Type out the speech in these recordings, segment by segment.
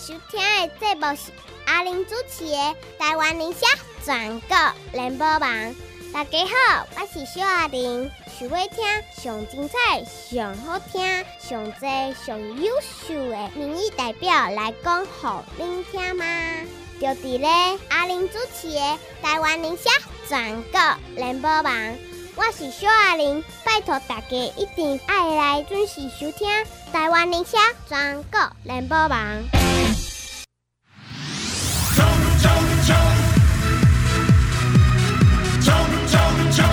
收听的节目是阿玲主持的台湾宁夏全国联播网。大家好，我是小阿玲，想要听上精彩、上好听、上多、上优秀的民意代表来讲给您听吗？就伫咧阿玲主持的台湾宁夏全国联播网。我是小阿玲，拜托大家一定要来准时收听台湾宁夏全国联播网。 冲冲冲！冲冲冲！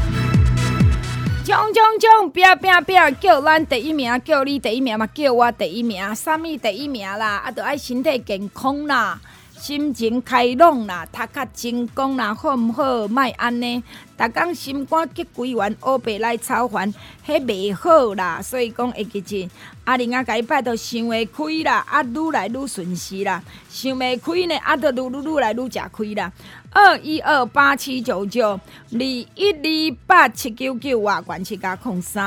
冲冲冲！拼拼拼！叫咱第一名，叫你第一名嘛，叫我第一名。啥物第一名啦？啊，著爱身体健康啦，心情开朗啦，读较成功啦，好毋好？莫安尼。逐工心肝结规圆，黑白来操烦，迄袂好啦。所以讲会记住，阿玲啊，甲伊拜托想会开啦，啊，愈来愈顺势啦。想袂开呢，啊，著愈来愈食开啦。212879921287999外管7加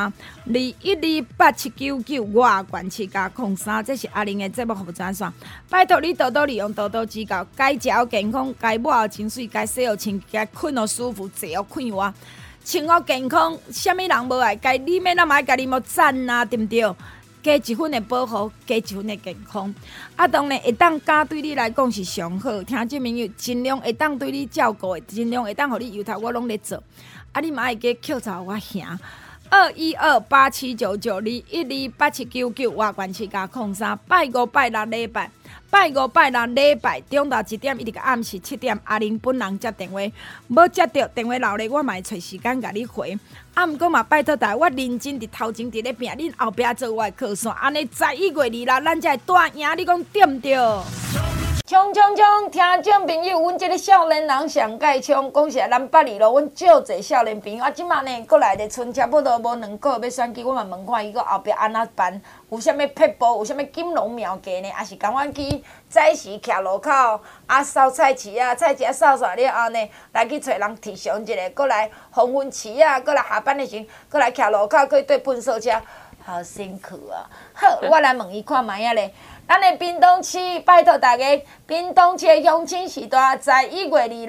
03，2128799外管7加03，这是阿玲的节目服务专线。拜托你多多利用，多多指教，该食好健康，该抹好清水，该洗好清，该困好舒服，坐好困活，穿好健康。啥物人无爱？该你要那么爱，该你莫赞啊，对不对？加一份的保护，加一份的健康。啊，当然会当家对你来讲是上好。听众朋友，尽量会当对你照顾的，尽量会当互你由头我拢咧做。啊，你嘛爱加扣查我兄。212879921287999外管7加03，拜5拜6礼拜。拜5拜6礼拜中昼1点一直到暗时7点，阿玲本人接电话，无接到电话留咧，我嘛会找时间甲你回。啊，毋过嘛拜托大家，我认真伫头前伫咧拼，恁后壁做我的靠山，安尼11月2日咱才会大赢，你讲对毋对？冲冲冲！听众朋友，阮即个少年人上界冲，讲实咱北里咯，阮足侪少年朋友啊，即马呢，过来咧春差不多无2个月要选举，我嘛问看伊个后壁安怎办？有啥物撇步？有啥物金龙妙计呢？还是共阮去早时徛路口啊扫菜市啊，菜市啊扫煞了后呢，来去找人提详一下，过来黄昏市啊，过来下班的时阵，过来徛路口，过对粪扫车，好辛苦啊！好，我来问伊看卖啊咧。咱的屏东市，拜托大家，屏东市的乡亲时代11月2日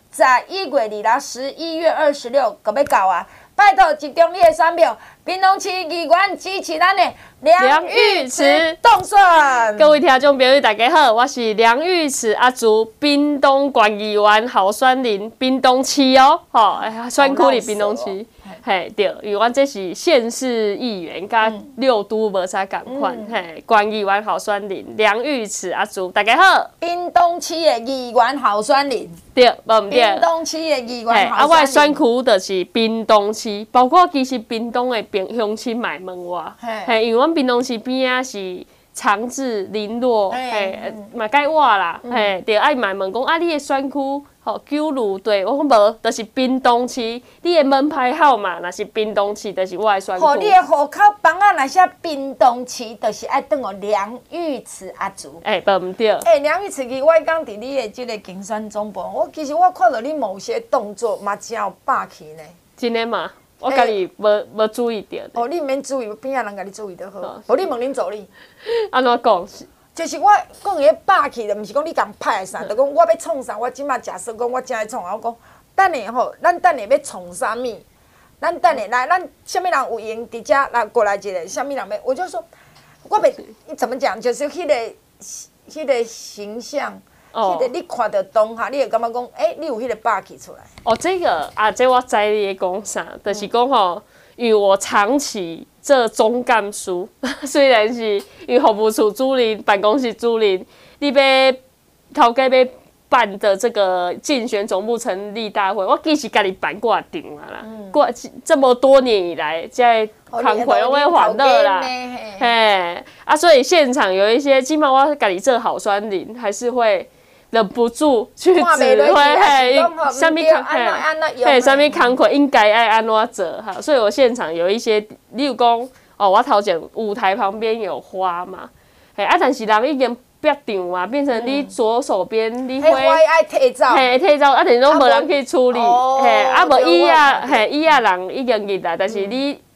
11月26就要到啊！拜托集中你的选票，屏东市议员支持咱的梁玉慈当选。 各位听众朋友，大家好，我是梁玉慈阿竹，屏东县议员候选人，屏东市哦，选区里屏东市。嘿，对，因为阮这是县市议员，甲6都无啥共款。嘿，县议员候选人梁玉慈阿竹，大家好。 屏东市的议员候选人， 对，无毋对。 屏东市的议员候选人。 啊，我的选区就是屏东市，包括其实屏东的乡亲嘛问我，嘿，因为阮屏东市边啊是长治、林落，嘿，嘛该我啦，嘿，就爱嘛问讲啊，你的选区。九如对，我讲无，就是屏东市，你的门牌号码若是屏东市，就是我的选区。 你的户口本啊，若写屏东市，就是爱等我梁玉慈阿祖。 无毋对。 梁玉慈，我讲伫你的即个竞选总部，其实我看到你某些动作嘛真有霸气呢。 真的嘛？我家己无注意到。 你毋免注意，边仔人甲你注意就好。无你问恁助理。 安怎讲？ 就是我讲的霸气，就毋是讲你共派啥，就讲我要创啥，我即马假设讲我正在创，我讲等下吼，咱等下要创啥物？咱等下来，咱啥物人有闲伫遮来过来一个，啥物人要？我就说，我袂怎么讲，就是迄个形象，迄个你看到当下，你会感觉讲，你有迄个霸气出来。 这个啊，这我知你讲啥，就是讲吼，因为我长期。做总干事，虽然是因为服务处主任、办公室主任，你要头家要办的这个竞选总部成立大会，我其实家己办过场啦，过这么多年以来，在康会我会欢乐啦，嘿，所以现场有一些，起码我家己做好选人，还是会。忍不住去指挥，嘿，啥物嘿，啥物工课应该爱安怎做哈？所以我现场有一些，例如讲，我头前舞台旁边有花嘛，嘿，但是人已经别场嘛，变成你左手边你花爱退走， 嘿，退走，但是拢无人去处理，嘿，无椅仔，嘿，椅仔人已经入来，但是你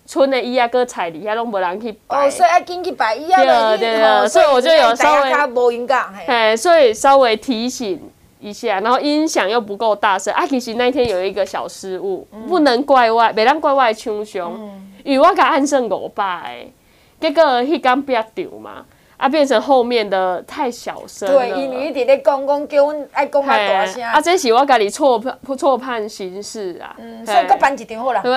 剩的椅啊，搁菜伫遐拢无人去摆。 哦，所以要紧去摆椅啊， 对，所以我就有稍微无音感， 嘿，所以稍微提醒一下，然后音响又不够大声啊。其实那天有一个小失误，不能怪我，袂当怪我的唱腔，因为我甲按算500个，结果迄天壁场嘛。啊，变成后面的太小声了。 对，因为一直咧讲叫阮爱讲较大声。 啊，这是我家己错判形势啊。 所以搁办一场好啦。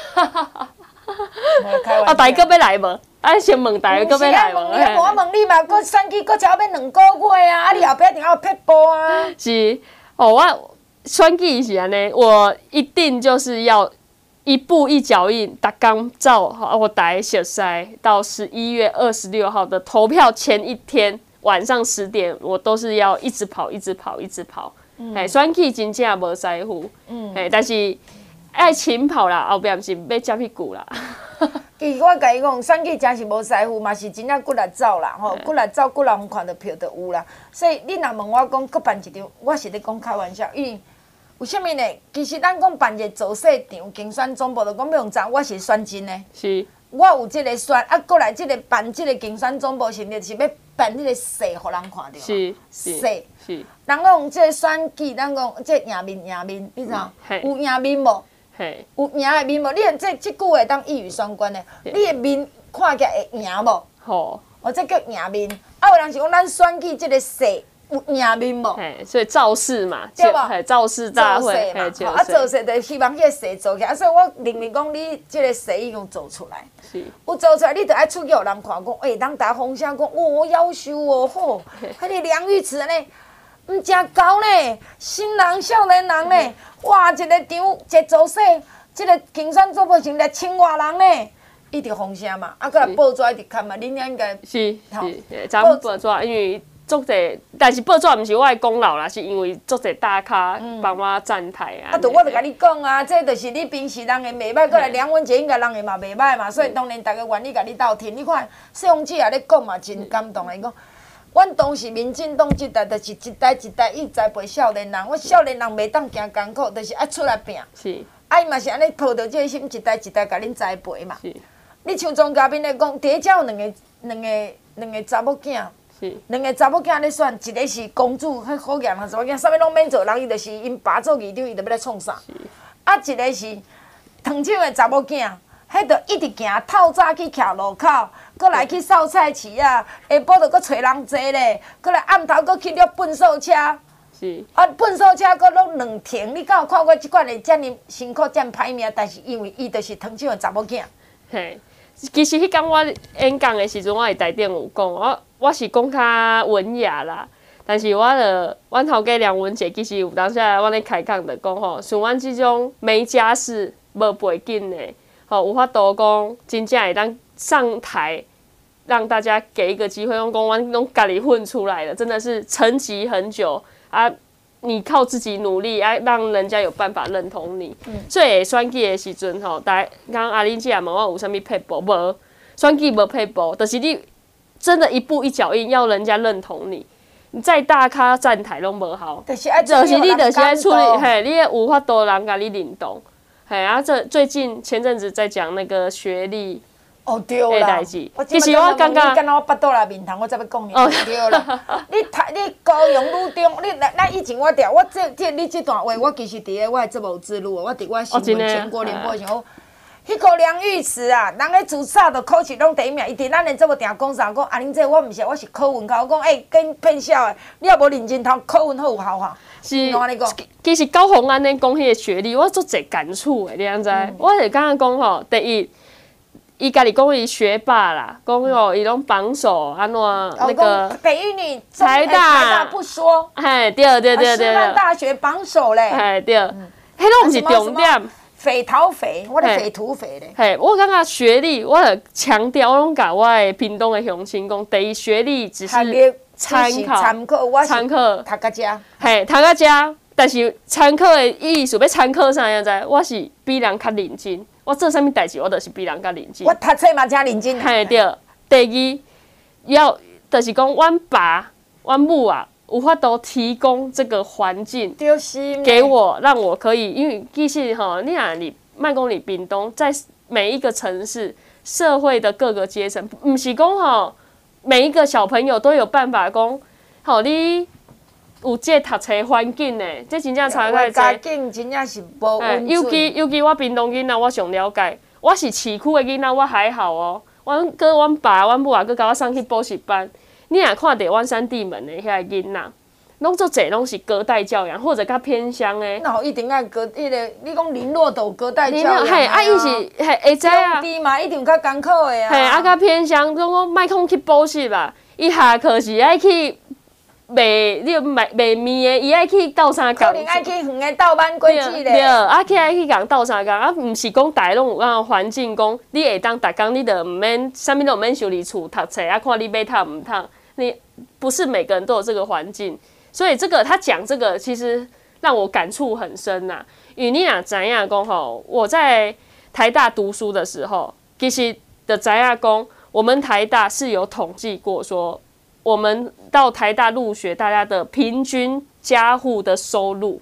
啊，大家要来无？啊，先问大家搁要来无？ 我问你嘛，搁选举搁只要2个月啊，啊，你后壁一定要撇步啊。 是，哦，我选举是安尼，我一定就是要。一步一脚印，逐天照我台熟悉到11月26号的投票前一天晚上10点，我都是要一直跑，一直跑，一直跑。选举真正无在乎，但是爱勤跑啦，后壁毋是要接屁股啦。 其实我甲伊讲，选举真是无在乎，嘛是真正骨力走啦，吼，骨力走，骨力互看到票就有啦。所以你若问我讲，搁办一场，我是咧讲开玩笑，因为。为什么呢？其实咱讲办一个造势场，竞选总部，就讲要用怎，我是选真的。 是。 我有即个选，啊，过来即个办即个竞选总部，是要办即个势，互人看到。 是。 是。人讲用即个选举，咱讲即赢面，你知道？有赢面无？有赢的面无？你即句话当一语双关的，你的面看起来会赢无？ 好。 哦，这叫赢面。啊，有人是讲咱选举即个势。有赢面无？ 所以造势嘛， 对无？ 造势大会嘛，啊，造势就希望迄个势做起来，所以我认为讲你即个势已经做出来，有做出来，你就爱出去互人看，讲，人大风声讲，我夭寿哦，吼，迄个梁玉慈呢，真高呢，新人少年人呢，哇，一个场一个造势，即个竞选总部成1000外人呢。一直风声嘛，啊，搁来报纸一直看嘛，恁应该是，咱报纸因为。足侪，但是报纸毋是我的功劳啦，是因为足侪大咖帮我站台啊。 我就甲你讲啊，这就是你平时人会袂歹，过来梁文杰应该人会嘛袂歹嘛，所以当然大家愿意甲你斗挺。你看谢宏志也咧讲嘛，真感动的。伊讲，阮当时民进党即代就是一代一代一直栽培少年人，我少年人袂当行艰苦，就是爱出来拼。 是。 啊，伊嘛是安尼抱着这个心，一代一代甲恁栽培嘛。是。你像庄嘉宾咧讲，第一只有两个查某囝。2个查某囝咧选，一个是公主，迄好养啊，查某囝，啥物拢免做，人伊就是因爸做议长，伊就要来创啥。啊，一个是糖厂的查某囝，迄着一直行，透早去徛路口，搁来去扫菜市啊，下晡着搁找人坐咧，搁来暗头搁去掠粪扫车。是。啊，粪扫车搁拢2停，你敢有看过即款的遮尔辛苦、遮尔歹命？但是因为伊就是糖厂的查某囝。 嘿，其实迄天我演讲的时阵，我伫台顶有讲，我是讲较文雅啦，但是阮头家梁文杰其实有当下我咧开讲着讲吼，像阮即种没家世、无背景的，有法度讲真正会当上台，让大家给一个机会，讲阮拢家己混出来的，真的是沉寂很久啊！你靠自己努力，让人家有办法认同你。所以选举的时阵吼，刚刚阿玲姐也问我有啥物撇步，无选举无撇步，就是你。真的一步一脚印，要人家认同你。你再大咖站台拢无效，就是你就是爱处理，嘿，你有法度人甲你领动，嘿啊！这最近前阵子在讲那个学历的代志，其实我感觉， 你敢若我巴肚内面汤，我才要讲你，对啦。你高雄女中，咱以前我你这段话，我其实伫咧我的节目之路，我伫我新闻全国联播上。迄个梁玉慈啊，人咧自杀就考试拢第一名，伊伫咱的节目定讲啥？讲阿玲姐，我毋是，我是考运考。我讲跟骗笑的，你也无认真读，考运好有效哈。 是，其实高虹安尼讲迄个学历，我足侪感触的，你知？我是感觉讲吼，第一，伊家己讲伊学霸啦，讲伊拢榜首，安怎那个北一女台大不说， 嘿，对， 师范大学榜首嘞， 嘿对，迄拢毋是重点。 匪逃匪，我咧匪土匪咧。 嘿，我感觉学历，我著强调，我拢甲我的屏东的乡亲讲，第一学历只是参考， 我是读到遮。 嘿，读到遮，但是参考的意思要参考啥样知？我是比人较认真，我做啥物代志，我就是比人较认真。 我读册嘛真认真。 嘿对，第二就是讲，阮爸、阮母啊。有法度提供这个环境给我，让我可以，因为其实吼，你莫讲你屏东， 每一个城市社会的各个阶层，不是讲吼每一个小朋友都有办法讲，吼你有这读册环境呢，这真正差太多。 家境真正是无温尤其我屏东囡仔，我上了解，我是市区的囡仔，我还好哦。阮爸、阮母也甲我送去补习班。你若看到阮三弟们的遐个囡仔，拢做侪拢是隔代教养，或者较偏乡的。 那一定爱隔迄个，你讲林落都隔代教养。 嘿，伊是会知啊。 兄弟嘛，一定较艰苦的啊。 嘿，较偏乡，种讲莫讲去补习啦，伊下课是爱去卖面的，伊爱去斗相共。 可能爱去远的斗班过节咧。 对，爱去共斗相共，毋是讲大家拢有个环境，讲你会当逐工你就毋免，啥物都毋免收伫厝读册，看你要读毋读。你不是每个人都有这个环境，所以他讲这个其实让我感触很深呐。因为你若知影讲吼，我在台大读书的时候，其实的知影讲，我们台大是有统计过说，我们到台大入学，大家的平均家户的收入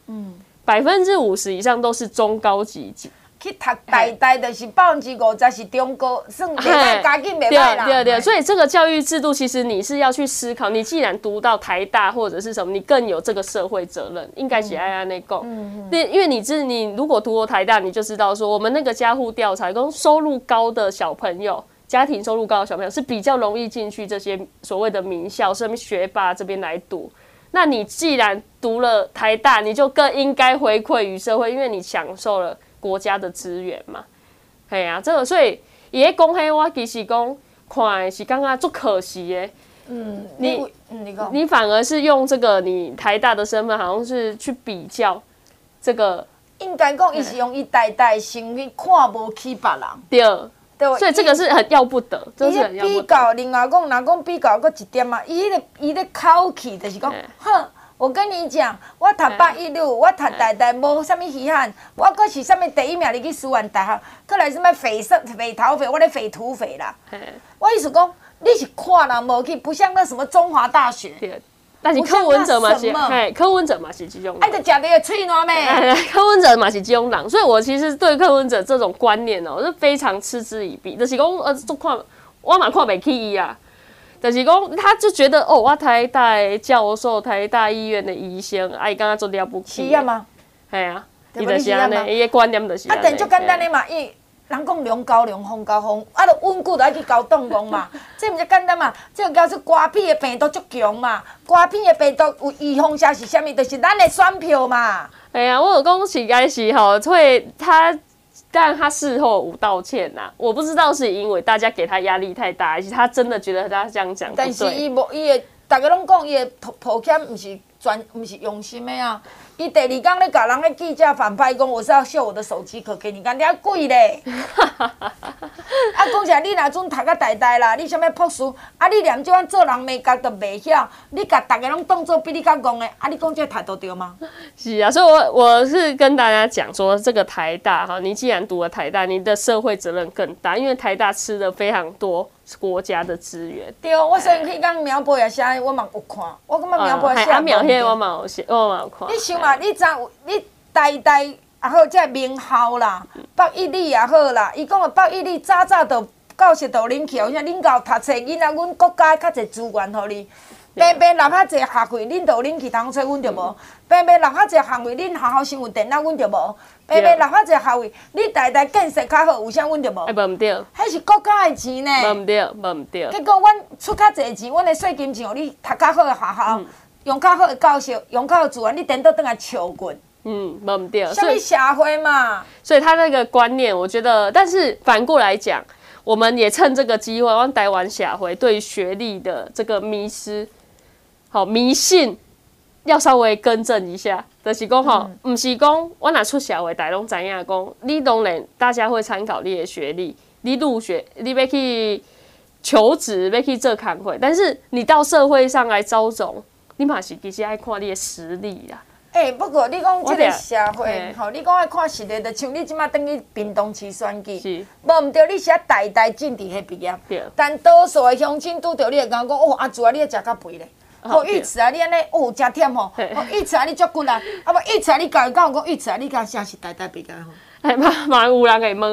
，50%以上都是中高级。 去读大就是50%是中高，算袂歹，家境袂歹啦。 对，所以这个教育制度，其实你是要去思考，你既然读到台大或者是什么，你更有这个社会责任，应该是爱安内讲。因为你如果读过台大，你就知道说，我们那个家户调查，讲收入高的小朋友，家庭收入高的小朋友是比较容易进去这些所谓的名校，甚至学霸这边来读。那你既然读了台大，你就更应该回馈于社会，因为你享受了国家的资源嘛，嘿啊，这个所以伊咧讲迄，我其实讲看的是感觉足可惜的。你反而是用这个你台大的身份，好像是去比较这个。 应该讲，伊是用伊代生去看无起别人。 对，所以这个是很要不得，真是很要不得。 比较，另外讲，若讲比较搁一点啊，伊咧口气就是讲，哼。我跟你讲，我读816，我读大无啥物稀罕，我阁是啥物第1名入去师范大学，阁来啥物匪头匪，我咧匪土匪啦。我意思讲，你是看人无去，不像那什么中华大学。 但是柯文哲嘛是，柯文哲嘛是这种人。 哎，就食着个喙烂咩？ 柯文哲嘛是这种人，所以我其实对柯文哲这种观念哦，是非常嗤之以鼻。就是讲，我嘛看袂起伊啊。就是讲，他就觉得哦，我台大的教授、台大医院的医生，伊感觉做了不起。 是啊嘛， 系啊，伊就是安尼，伊的观念就是安尼。 但足简单的嘛，伊人讲龙高龙，风高风，就稳固就爱去交动工嘛。这毋是简单嘛，这个叫做瓜皮的病毒足强嘛。瓜皮的病毒有预防性是啥物？就是咱的选票嘛。 哎呀，我有讲是该是吼，会他。但他事后有道歉呐，我不知道是因为大家给他压力太大，还是他真的觉得他这样讲不对。 但是伊的，大家拢讲伊的抱歉，毋是用心的啊。伊第2天咧甲人咧记者反拍讲，我是要秀我的手机壳给你看，你还贵咧。啊，讲起来，你若准读到大啦，你啥物博士，啊，你连这款做人美角都袂晓，你甲大家拢当作比你较戆的，啊，你讲这态度对吗？ 是啊，所以我是跟大家讲说，这个台大哈，你既然读了台大，你的社会责任更大，因为台大吃了非常多国家的资源。 对，我虽然去讲苗博也写，我嘛有看，我感觉苗博写啊，苗迄我嘛有写，我嘛有看。 你想嘛，你知你台也好，这名校啦，北一女也好啦，伊讲的北一女早就教室都恁去，好像恁教读册囡仔，阮国家较侪资源互你。平平立遐济学费，恁就恁去通找，阮就无。平平立遐济学费，恁学校先有电脑，阮就无。平平立遐济学费，你台建设较好，有啥阮就无。 无毋对。 迄是国家的钱呢。 无毋对，无毋对。 结果阮出较济钱，阮的税金钱，互你读较好的学校，用较好的教授，用较好的资源，你颠倒转来笑阮。 无毋对。 什么社会嘛？ 所以他那个观念，我觉得，但是反过来讲，我们也趁这个机会，让台湾社会对学历的这个迷失。好迷信，要稍微更正一下，就是讲吼，唔是讲我若出社会，大家拢知影讲，你当然大家会参考你的学历，你入学，你要去求职，要去做工会，但是你到社会上来招总，你嘛是其实爱看你的实力啦。 不过你讲这个社会，吼，你讲爱看实力，就像你即马等于屏东市选举，无毋对，你是大政治迄毕业，但多数的乡亲拄着你会讲哦，阿祖啊，你食较肥咧。哦，玉慈啊，你安尼哦，真忝吼！哦，玉慈啊，你足骨力，啊不，玉慈啊，你教讲玉慈啊，你敢啥是台大毕业吼？ 嘛有人会问，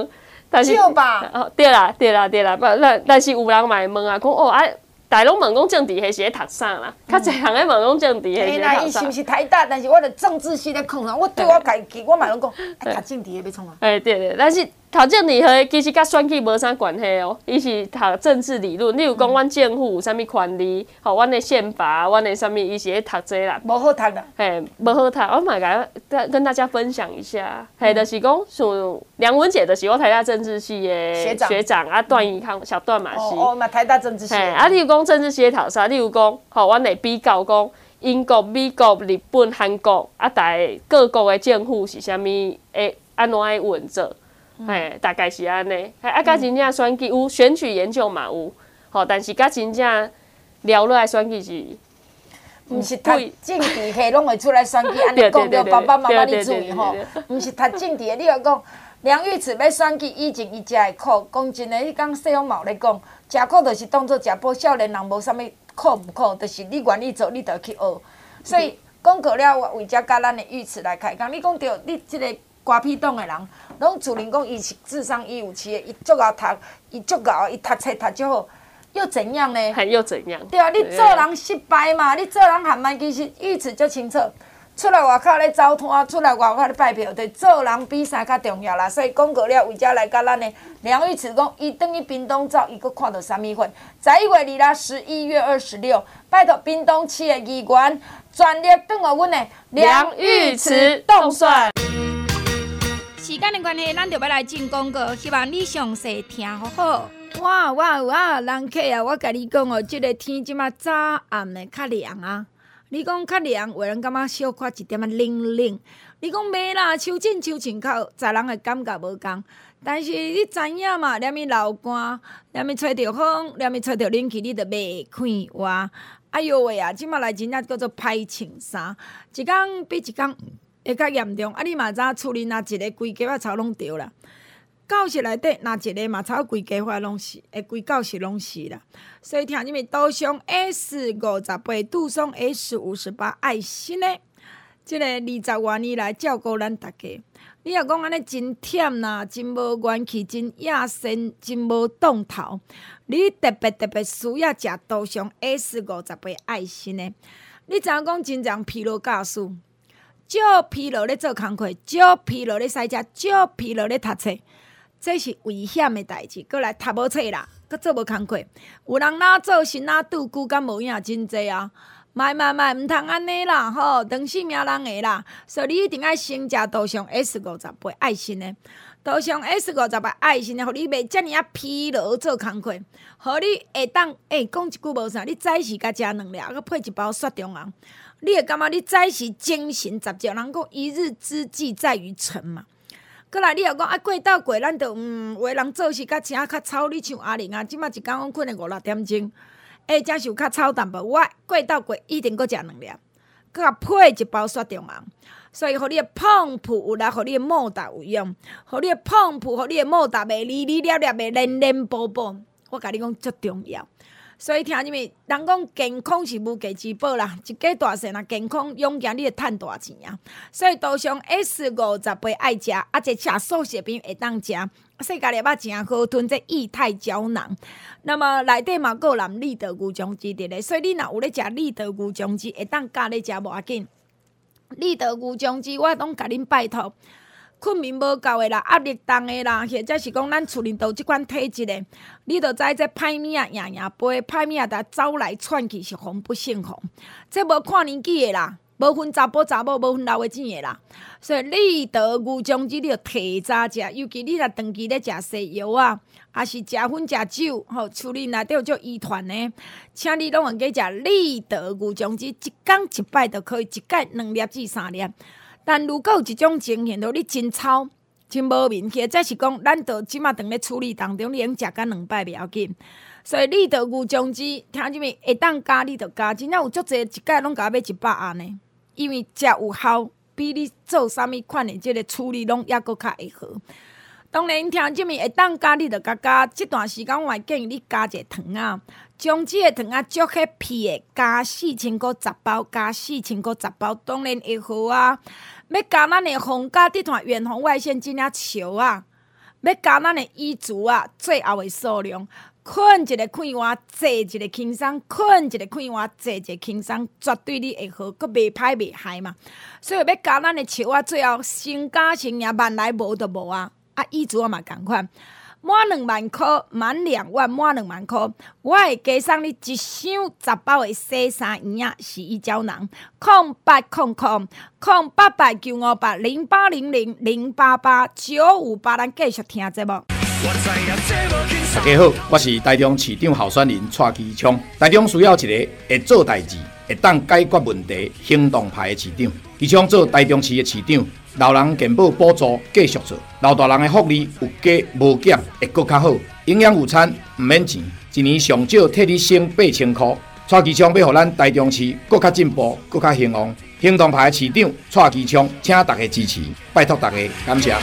但是少吧？ 哦，对啦，但是有人嘛会问啊，讲哦啊，大拢问讲政治系是咧读啥啦？较侪人咧问讲政治系是咧那读啥？ 伊是毋是台大？但是我的政治系咧控啊，我对我家己，我嘛拢讲，读政治的要创啊。 对，但是读政治系其实甲选举无啥关系哦，伊是读政治理论。例如讲，阮政府有啥物权利，吼，阮的宪法，阮的啥物，伊是咧读这啦。 无好读啦。 无好读，我嘛跟大家分享一下，就是讲像梁文杰，就是我台大政治系的学长啊，段宜康小段嘛是。 嘛台大政治系。 例如讲政治系咧读啥？例如讲，吼，阮会比较讲英国、美国、日本、韩国啊，各国的政府是啥物会安怎的运作？大概是安尼。甲真正选举有选举研究嘛有，吼，但是甲真正聊落来选举是。 毋是读政治系拢会出来选举，安尼讲着爸爸妈妈你注意吼。毋是读政治的，你要讲梁玉慈要选举以前伊食的苦，讲真的，迄讲西方嘛有咧讲，食苦就是当作食补，少年人无啥物苦毋苦，就是你愿意做，你就去学。所以讲过了，我为遮甲咱的玉慈来开讲，你讲着你即个瓜皮党的人，拢自认讲伊是智商157的，伊足敖读，伊足敖，伊读册读足好。又怎样呢？ 又怎样？ 对啊，你做人失败嘛，你做人含慢，其实意思足清楚。出来外口咧走摊，出来外口咧拜票，对做人比啥较重要啦。所以讲过了，为遮来甲咱的梁玉慈讲，伊等于屏东走，伊搁看到啥物份？11月2日，11月26，拜托屏东市的议员全力等候阮的梁玉慈动算。 时间的关系，咱就要来进广告，希望你详细听好好。哇，人客啊，我甲你讲哦，即个天即马早暗的较凉啊。你讲较凉，有人感觉小可一点仔冷。你讲袂啦，秋进秋穿口，在人的感觉无共。但是你知影嘛，连咪流汗，连咪吹着风，连咪吹着冷气，你就袂快活。哎哟喂啊，即马来真正叫做歹穿衫，一工比一工会较严重。啊，你嘛知厝里若一个规家仔草拢着啦。教室内底，若一个嘛，差规家伙拢是，规教室拢是啦。所以听你们都上 S58，杜松 S58，爱心的，即个20多年来照顾咱大家。你若讲安尼真忝啦，真无元气，真野生，真无动头，你特别需要食杜松 S58爱心的。你知影讲真正疲劳驾驶，少疲劳咧做工课，少疲劳咧驶车，少疲劳咧读册。这是危险的代志，搁来读无册啦，搁做无工课。有人哪做心哪拄，骨感无影真济啊！莫，毋通安尼啦，吼，当性命人的啦。所以你一定要先食杜松 S58爱心的，杜松 S58爱心的，互你袂遮尔啊疲劳做工课，互你会当讲一句无啥，你早时甲食2粒，搁配一包雪中红，你会感觉你早时精神十足。人讲一日之计在于晨嘛。过来，你又讲过到过，咱就有的人做事较正较操，你像阿玲啊，即马一工困了5-6点钟，真是有较操淡薄。我过到过一定搁食2粒，搁甲配一包雪中红，所以互你的碰扑有力，互你的莫达有用，互你的碰扑，互你的莫达袂哩哩了了，袂连连补补。我甲你讲足重要。所以听你们，人讲健康是无价之宝啦，一家大细若健康，勇敢你会趁大钱啊！所以杜松 S58爱食，啊，这吃素食品会当食，世界粒仔真好吞，这液态胶囊。那么内底嘛有含立德牛浆汁伫咧，所以你若有咧食立德牛浆汁，会当加咧食无要紧。立德牛浆汁，我拢甲恁拜托。困眠无够的啦，压力重的啦，或者是讲咱厝里头即款体质的，你着知这歹物啊，夜飞，歹物啊，走来窜去是防不胜防。这无看年纪的啦，无分查甫查某，无分老的钱的啦。所以立德牛浆汁你着提早食，尤其你若长期咧食西药啊，还是食薰食酒，吼，厝里内底有做遗传的，请你拢用加食立德牛浆汁，一工1摆就可以，一盖2粒至3粒。但如果有一种情形，你真操、真无面气，再是讲，咱就即马当咧处理当中，你用食甲2摆袂要紧。所以立德牛浆汁，听入面会当加，你就加。真正有足侪一盖拢加买100安尼，因为食有效，比你做啥物款的即个处理拢抑搁较会好。当然，听入面会当加，你就加。即段时间我会建议你加一个糖啊，姜汁的糖啊，足迄片的，加4000个10包，加4000个10包，当然会好啊。要加咱的红加这团远红外线真啊球啊， 要加咱的衣族啊，最后的数量。困一个看换，坐一个轻松；困一个看换，坐一个轻松，绝对你会好，佫袂歹袂害嘛。所以要加咱的笑啊，最后成家成业万来无就无啊！啊，衣族啊嘛共款，满2万块，满2万，满2万块，我会加送你一箱10包的洗衫圆啊，洗衣胶囊。0800-088-0800-0888-958，咱继续听节目。 大家好，我是台中市长候选人蔡其昌。台中需要一个会做代志、会当解决问题、行动派的市长。其昌做台中市的市长，老人健保补助继续做，老大人的福利有加无减，会搁较好。营养午餐唔免钱，一年上少替你省8000块。蔡其昌要互咱台中市搁较进步、搁较兴旺。行动派的市长蔡其昌，请大家支持，拜托大家，感谢。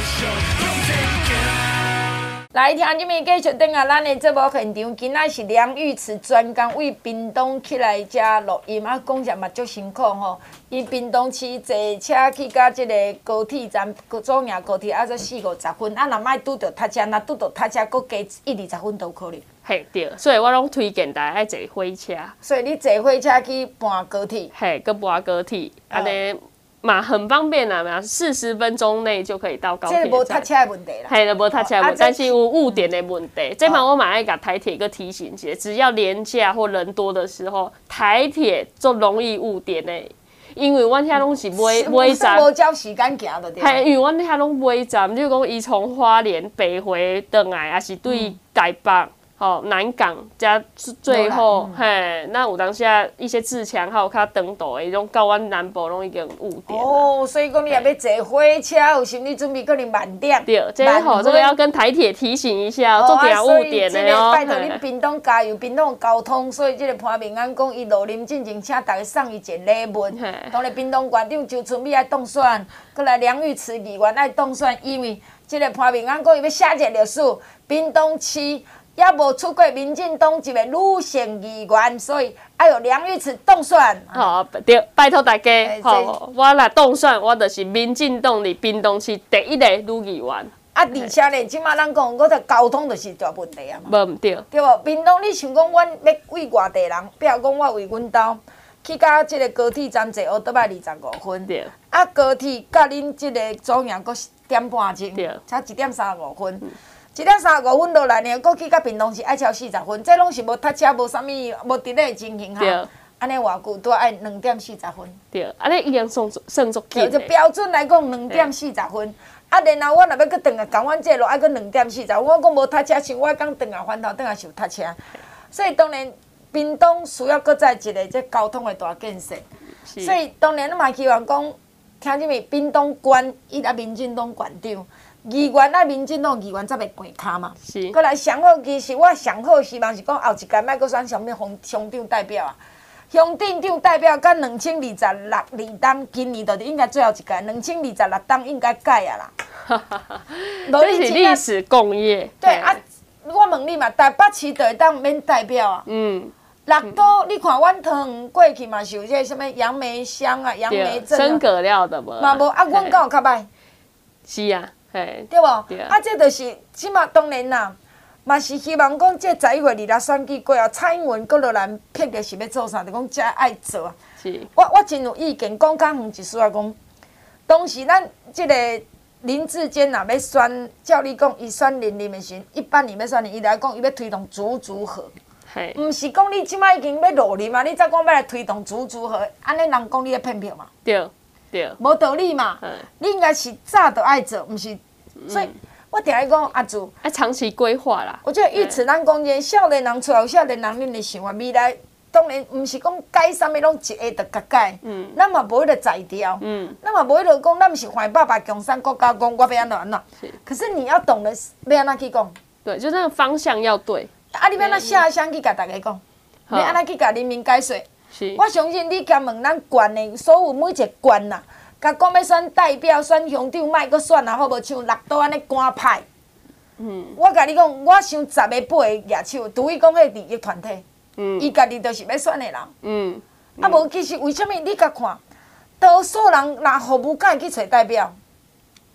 来，听即面继续等下咱的节目现场，今仔是梁玉慈专工为屏东起来遮录音，啊，讲者嘛足辛苦吼。伊屏东市坐车去到即个高铁站，左营高铁啊，才40-50分，啊，若莫拄着塞车，若拄着塞车，搁加1-20分都有可能。 嘿，对，所以我拢推荐大家爱坐火车。 所以你坐火车去搬高铁？ 嘿，搁搬高铁，安尼。嘛很方便啦，嘛40分钟内就可以到高铁站。 这无塞车的问题啦。 嘿，无塞车的问题，但是有误点的问题。这嘛我嘛爱甲台铁个提醒一下，只要连假或人多的时候，台铁就容易误点的，因为阮遐拢是尾站。 无照时间行就对。 嘿，因为阮遐拢尾站，就是讲伊从花莲北回转来，还是对台北。南港加最后，嘿，那有当下一些自强还有较长途的，种到阮南部拢已经误点。 哦，所以讲你也要坐火车，有心理准备，可能慢点。 对，这个这个要跟台铁提醒一下，做点误点的哦。 拜托恁屏东加油，屏东有交通，所以这个潘明安讲伊落林进前，请大家送伊一个礼物。当然，屏东县长周春美爱当选，搁来梁玉慈议员爱当选，因为这个潘明安讲伊要写一个历史，屏东市。也无出过民进党一个女性议员，所以爱有梁玉慈当选。 好，对，拜托大家，好，我若当选，我就是民进党伫屏东市第一个女议员。 啊，而且咧，即马咱讲，我个交通就是大问题啊嘛。 无毋对。 对无？屏东，你想讲，阮要为外地人，比如讲我为阮兜去到即个高铁站坐乌倒摆25分。对。啊，高铁甲恁即个左营搁1点半钟，才1点35分。1点35分落来呢，搁去到屏东市爱超40分，这拢是无塞车、无啥物、无伫咧情形下，安尼偌久都爱2点40分。 对，安尼已经算足紧。 就标准来讲2点40分。啊，然后我若要搁转来港湾这路，爱搁2点40分。我讲无塞车，像我刚转来环岛，转来是有塞车。所以当然，屏东需要搁再一个这交通的大建设。所以当然，我嘛希望讲，听即面屏东县伊来民进党县长。议员啊，民进党议员才袂跪骹嘛。是。过来上好，其实我上好希望是讲后一届莫搁选什么乡长代表啊。乡长代表甲2026立党，今年就是应该最后一届，2026党应该改啊啦。 这是历史共业。 对啊，我问你嘛，台北市就会当免代表啊。6都你看，阮桃园过去嘛是有这什么杨梅乡啊、杨梅镇啊。 真葛料的无。 嘛无啊，阮敢有较歹。 是啊。 对无？啊，这就是即马当然啦，嘛是希望讲这11月26选举过后，蔡英文搁落来撇个是要做啥，就讲遮爱做啊。是。我真有意见，讲较远一丝仔讲，当时咱即个林志坚若要选，照你讲，伊选连任的时，一般伊要选连，伊来讲伊要推动组合。毋是讲你即摆已经要落任嘛，你再讲要来推动组合，安尼人讲你咧骗票嘛？对。无道理嘛，你应该是早就爱做，毋是，所以我定爱讲阿祖， 爱长期规划啦。 我觉得因此咱讲，少年人出来，少年人恁的想法，未来当然毋是讲改啥物拢一下就甲改，咱嘛无迄个才调，咱嘛无迄个讲，咱毋是怀爸爸共产国家讲我要安怎安怎，可是你要懂得要安怎去讲， 对，就那个方向要对。 啊，你要安怎下乡去甲大家讲，你安怎去甲人民解说？我相信你敢问咱县的所有每一个县啦，甲讲要选代表、选乡长，莫阁选啊，好无像6都安尼官派。我甲你讲，我想10个8个举手，除非讲迄利益团体，伊家己就是要选的人。啊无，其实为什么你甲看，多数人若服务敢会去找代表？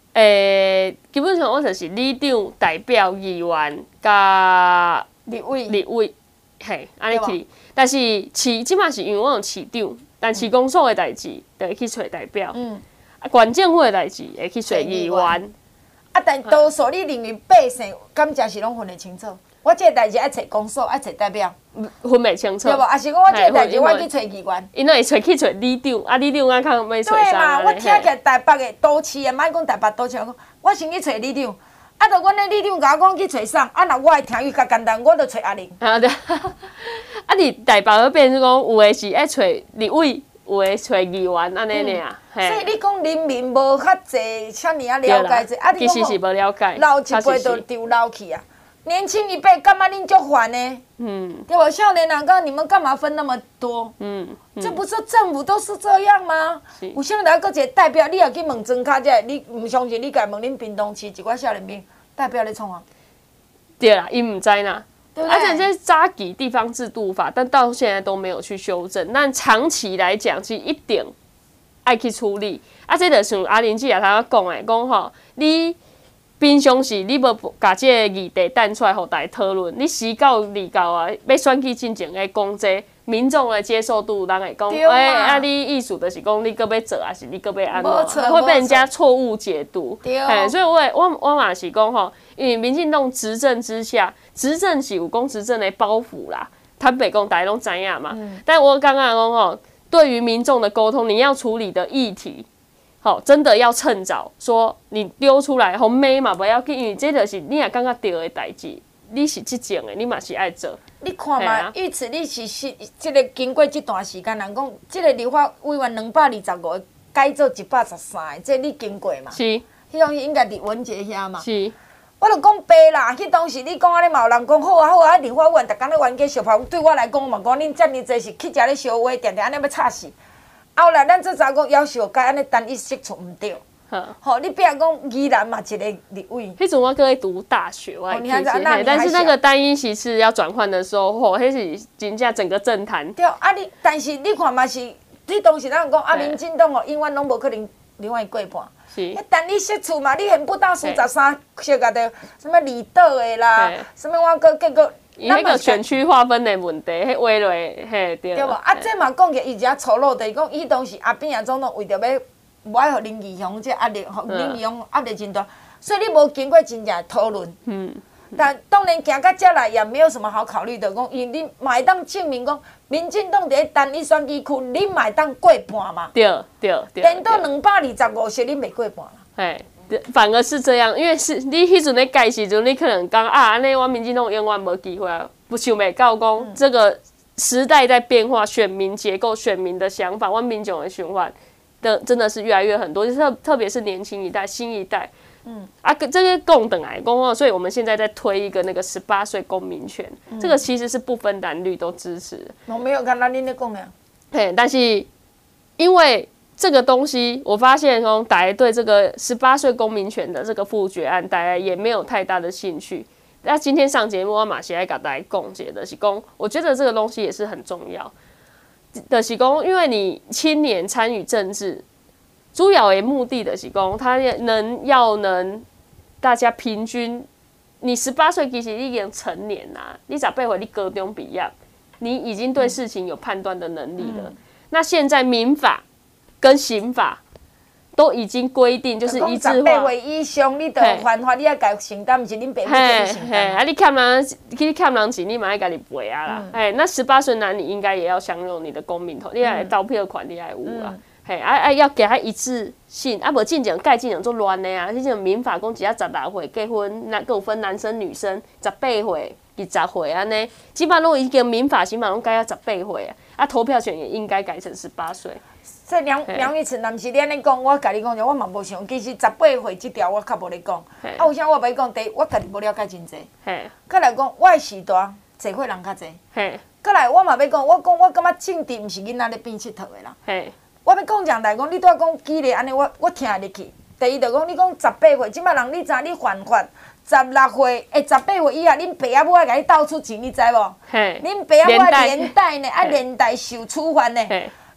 基本上我就是里长代表议员甲立委，嘿，安尼去。但是市即马是因为我用市长，但市公所的代志就会去找代表，县政府的代志会去找议员。 但多数你认为百姓感觉是拢分得清楚。我这个代志爱找公所，爱找代表， 分袂清楚。 对无？还是讲我这个代志我去找议员？ 因为去找里长，里长啊，较要找对啥？ 嘛？我听起来台北的都市的，莫讲台北都市，我先去找里长。就阮的里长甲我讲去找啥？若我的听语较简单，我就找阿玲。 对。伫台北嗰变成讲，有的是爱找立委，有的找议员安尼尔。 所以你讲人民无较济，遐尔啊了解者， 其实是无了解， 老一辈就丢老去啊。年轻一辈干嘛恁足烦呢？对吧？少年人讲你们干嘛分那么多？这不是政府都是这样吗？有啥来个一个代表，你也去问庄卡者，你唔相信？你家问恁屏东市一寡少年兵代表咧创啊？ 对啦，伊唔知啦。 而且这早期地方制度法，但到现在都没有去修正。但长期来讲，是一定爱去处理。这就像阿玲姐也头讲的，讲吼，你平常时你无把这个议题带出来，互大家讨论。你时到离到啊，要选举进前的讲这民众的接受度，人会讲，你意思就是讲你搁要做，还是你搁要安怎？会被人家错误解读。所以我嘛是讲吼，因为民进党执政之下，执政是有讲执政的包袱啦。坦白讲，大家拢知影嘛。但我刚刚讲吼，对于民众的沟通，你要处理的议题。好，真的要趁早说，你丢出来，红妹嘛，不要紧，因为这就是你也感觉对的代志，你是即种的，你嘛是爱做。 你看嘛，因此你是即个经过这段时间，人讲即个立法委员225个改做113个，这你经过嘛？ 是。 迄种应该伫文杰遐嘛？ 是。 我就讲白啦，迄当时你讲安尼嘛，有人讲好啊好啊，立法委员逐工咧冤家相拍，对我来讲嘛，讲恁遮尔济是去遮咧烧话，定定安尼要吵死。后来咱做查讲要求改安尼单一释出毋对，吼，你比如讲宜兰嘛一个立委， 迄阵我搁在读大学，我还记得，但是那个单一席次要转换的时候，吼，迄是真正整个政坛。 对，但是你看嘛是，你当时咱讲民进党哦，永远拢无可能另外过半。 是。 迄单一释出嘛，你现不到13小个的，什么离岛的啦，什么我搁结果。 伊迄个选区划分的问题，迄话落嘿对。 对无？这嘛讲起伊只丑陋的，讲伊当时阿扁啊总统为着要无爱互林义雄这压力，互林义雄压力真大，所以你无经过真正的讨论。但当然行到这来也没有什么好考虑的，讲因你嘛会当证明讲，民进党伫单一选举区，你嘛会当过半嘛？ 对。 等到225席，你袂过半啦。 嘿。反而是这样，因为是你迄阵咧改时阵，你可能讲安尼，我民进党永远无机会啊，不想袂到讲这个时代在变化，选民结构、选民的想法，我民众的想法的真的是越来越很多，就是特别是年轻一代、新一代，这些共等来公哦，所以我们现在在推一个那个18岁公民权，这个其实是不分蓝绿都支持的。 我没有看到你咧讲呀。 嘿，但是因为。这个东西，我发现大家对这个18岁公民权的这个复决案，大家也没有太大的兴趣。那今天上节目，我马上来跟大家讲解的是讲，我觉得这个东西也是很重要的是讲，因为你青年参与政治，主要的目的的是讲，他能大家平均，你18岁其实你已经成年啦，你18岁你高中毕业，你已经对事情有判断的能力了。那现在民法跟刑法都已经规定，就是一致化。 18岁以上，你著犯法，你要家承担，毋是恁爸母叫你承担。 你欠人钱，你嘛要家己赔啊啦。那18岁男女应该也要享有你的公民投，你来投票权，你来有啊。要给他一致性，无进前改进前做乱的啊。之前民法讲只要16岁结婚，那有分男生女生，18岁、20岁安尼，基本上都已经民法、刑法拢改到18岁啊。投票权也应该改成18岁。 所以梁玉成，若毋是你安尼讲，我甲你讲者，我嘛无想，其实18岁这条我较无咧讲。有啥我袂讲？第一，我家己无了解真济。再来讲，我的时代社会人较济。再来，我嘛要讲，我感觉政治毋是囡仔咧变佚佗的啦。我要讲讲来讲，你拄仔讲举例安尼，我听入去。第一就讲，你讲18岁，即摆人你知你犯法，16岁18岁以下，恁爸仔母爱甲你倒出钱，你知无？恁爸仔母连带呢，连带受处罚呢。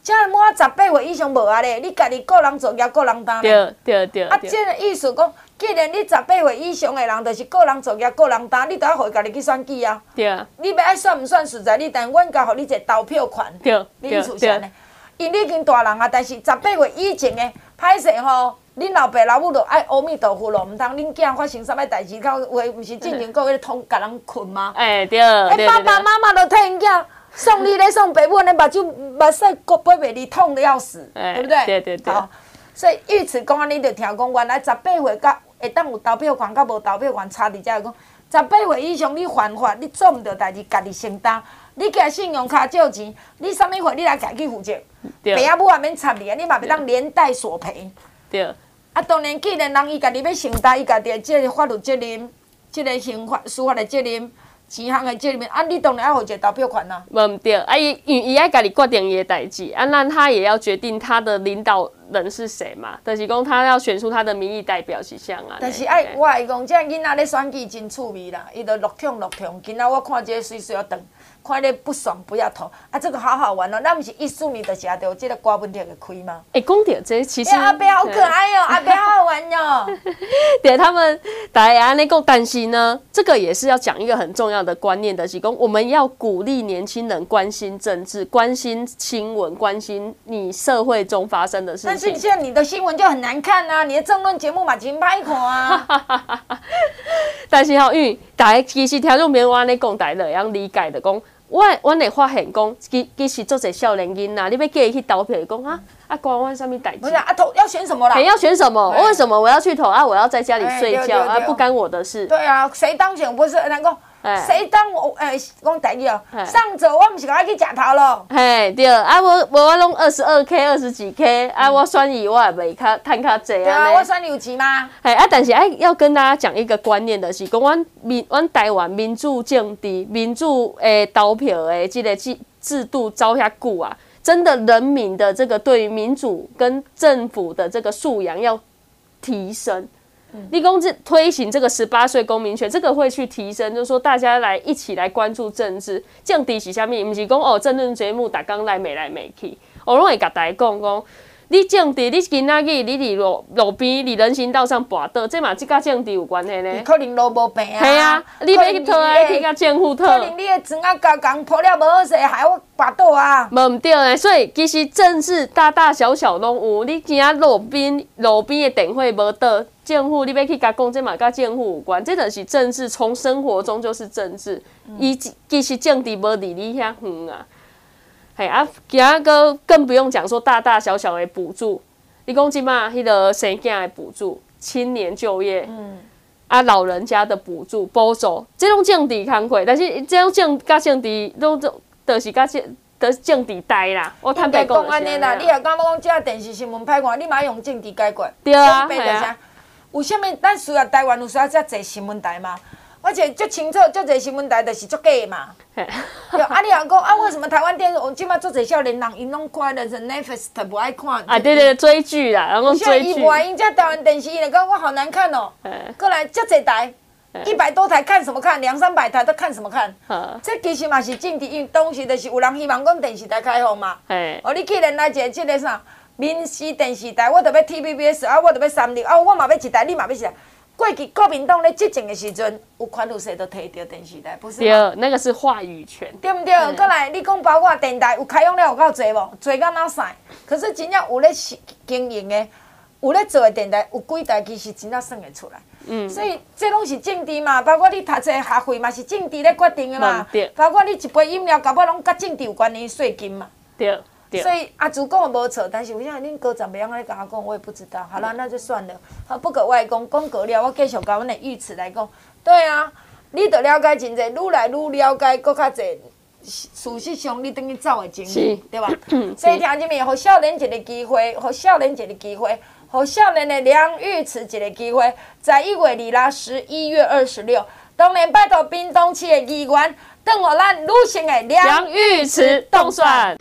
这满18岁以上无啊咧，你家己个人作业个人担咧。 对。 啊，这个意思讲，既然你18岁以上的人，就是个人作业个人担，你就要互家己去选举啊。 对。 你要爱选毋选实在，你但阮甲互你一个投票权。 对。 你意思是安尼？因你已经大人啊，但是18岁以前的，歹势吼。恁老爸老母就爱阿弥陀佛咯，毋通恁囝发生啥物代志，到有诶毋是进前个咧通甲人困吗？ 对。 爸爸妈妈都替因囝送你咧送爸母，安尼目睭目屎骨背袂离，痛得要死，对不对？ 对。 好，所以于此讲安尼，就听讲原来18岁甲会当有投票权，甲无投票权差伫遮讲，18岁以上你犯法，你做毋到代志，家己承担。你寄信用卡借钱，你啥物货你来家己负责，爸母也免插你，你嘛袂当连带索赔。 对。 啊，当然，既然人伊家己要承担伊家己的即个法律责任、即个刑法、司法的责任、钱项的责任，啊，你当然要有一个投票权啊。 无对，啊，伊爱家己决定伊的代志，啊，那他也要决定他的领导人是谁嘛，就是讲他要选出他的民意代表是啥啊。 但是我会讲，这囡仔咧选举真趣味啦，伊就落痛。今仔我看这个水要长。看你不爽不要投啊！这个好好玩哦，那不是14年就写到这个歌本就会开吗？ 讲到这其实阿伯好可爱哦，阿伯好好玩哦。 对，他们大家安尼讲，但是呢，这个也是要讲一个很重要的观念的，是讲我们要鼓励年轻人关心政治、关心新闻、关心你社会中发生的事情。 但是现在你的新闻就很难看啊，你的政论节目嘛真歹看啊。 但是因为大家其实听众朋友我安尼讲，大家会晓理解的讲。我会发现讲，其实做者少年囡仔，你要叫伊去投票，讲关我什么代志？ 不是投要选什么啦？ 要选什么？为什么我要去投啊？我要在家里睡觉不干我的事。 对啊，谁当选不是人讲？谁当我讲台语哦，上者我毋是讲去食头咯。 对，我拢22K 20几 K，我选伊我也袂较趁较济啊。 对啊，我选有钱吗？ 但是要跟大家讲一个观念的是，讲阮台湾民主政治、民主投票的这个制度走遐久啊，真的人民的这个对于民主跟政府的这个素养要提升。你讲推行这个18岁公民权，这个会去提升，就是说大家一起来关注政治。政治是啥物？不是讲政论节目逐工来骂来骂去，我拢会甲大家讲，你政治，你今仔日你伫路边、伫人行道上跋倒，这嘛即甲政治有关系呢？ 可能路无平啊。 系啊，你要去讨爱去甲政府讨。 可能你的砖啊加工铺了无好势，害我跋倒啊。 无毋对呢，所以其实政治大大小小拢有。你今仔路边的电火无倒。政府你要去甲讲，这嘛甲政府有关，这就是政治，从生活中就是政治。其实政治无离你遐远啊。今仔个更不用讲说大大小小的补助。你讲即马迄个生囝的补助、青年就业，老人家的补助、补助，这种政治工课，但是这种甲政治都就是甲政治带啦。我坦白讲安尼啦，你若讲要讲这电视新闻歹看，你嘛用政治解决。 对啊，系啊。 有啥物？咱需要台湾有需要遮侪新闻台吗？而且足清楚，足侪新闻台就是足假嘛。对，你若讲为什么台湾电视，我即马足侪少年人因拢看的是 Netflix， 不爱看。 对，追剧啦，然后追剧。 伊无因遮台湾电视，伊就讲我好难看哦。过来足侪台，100多台看什么看？200-300台都看什么看？这其实嘛是政治，因为当时就是有人希望讲电视台开放嘛。你既然来一个即个啥？民视电视台，我着要 TVBS 我着要36我嘛要一台，你嘛要一台。过去国民党咧执政的时阵，有权有势都摕到电视台，不是吗？ 对，那个是话语权， 对不对？过来，你讲包括电台有开放了有够侪无？侪到哪使？可是真正有咧经营的，有咧做的电台有几台，其实真正算得出来。所以这拢是政治嘛，包括你读这学费嘛，是政治咧决定的嘛。包括你一杯饮料，搞不好拢甲政治有关的税金嘛。 对。 所以阿祖讲的无错，但是为啥恁哥长袂晓安尼甲我讲，我也不知道。好了，那就算了。好，不过我来讲过了，我继续甲阮的御词来讲。对啊，你着了解真侪，愈来愈了解，搁较侪。事实上，你等于走的经历，对吧？所以听见没？互少年一个机会，互少年一个机会，互少年的梁玉慈一个机会，在1月11月26，当然拜托屏东市的议员，等互咱女性的梁玉慈当选。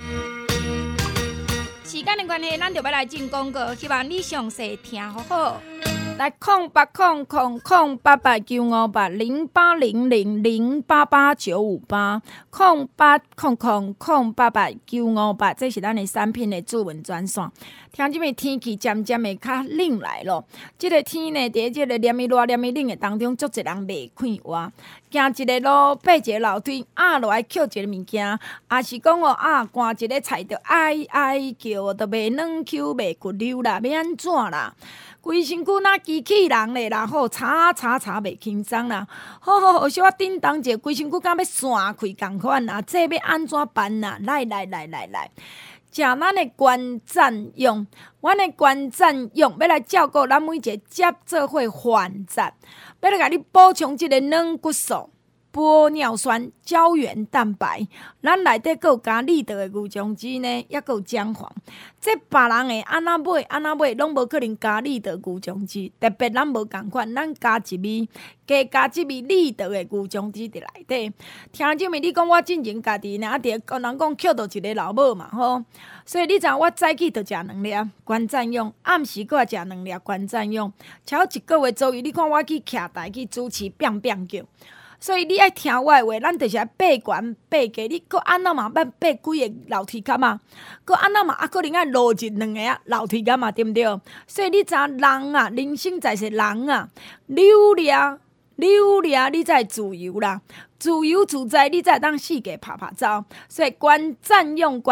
时间的关系，咱就要来进广告，希望你详细听好好。 来0800088958088895808898，这是咱的产品的主文专线。听即个天气渐渐的较冷来咯，即个天呢，伫即个黏伊热黏伊冷的当中，足侪人袂快活。行一个路，爬一个楼梯，落来捡一个物件，也是讲赶一个菜，着哀哀叫，着袂软 Q 袂骨溜啦，要安怎啦？规身躯若机器人咧啦，好擦袂轻松啦，好小可叮当者，规身躯敢要散开共款啦，这要安怎办啦？来。食咱的关赞用，阮的关赞用要来照顾咱每一个接做伙还债，要来甲你补充即个软骨素、玻尿酸、胶原蛋白，咱内底佫有加利德的牛樟脂呢，也佫有姜黄。这别人的安那买，拢无可能加利德牛樟脂，特别咱无共款，咱加一味，加一味利德的牛樟脂伫内底。听这么你讲我进前家己呢，人讲捡到一个老母嘛吼，所以你知我早起就食2粒关赞用，暗时佫食2粒关赞用，超1个月左右，你看我去徛台去主持，叫。所以你爱听我的话，咱就是爱爬悬爬低，你搁安怎嘛要爬几个楼梯间啊？搁安怎嘛可能爱落入2个楼梯间嘛，对毋对？所以你知人啊，人生在世人啊，溜达你才自由啦，自由自在，你才当世界拍走。所以关赞用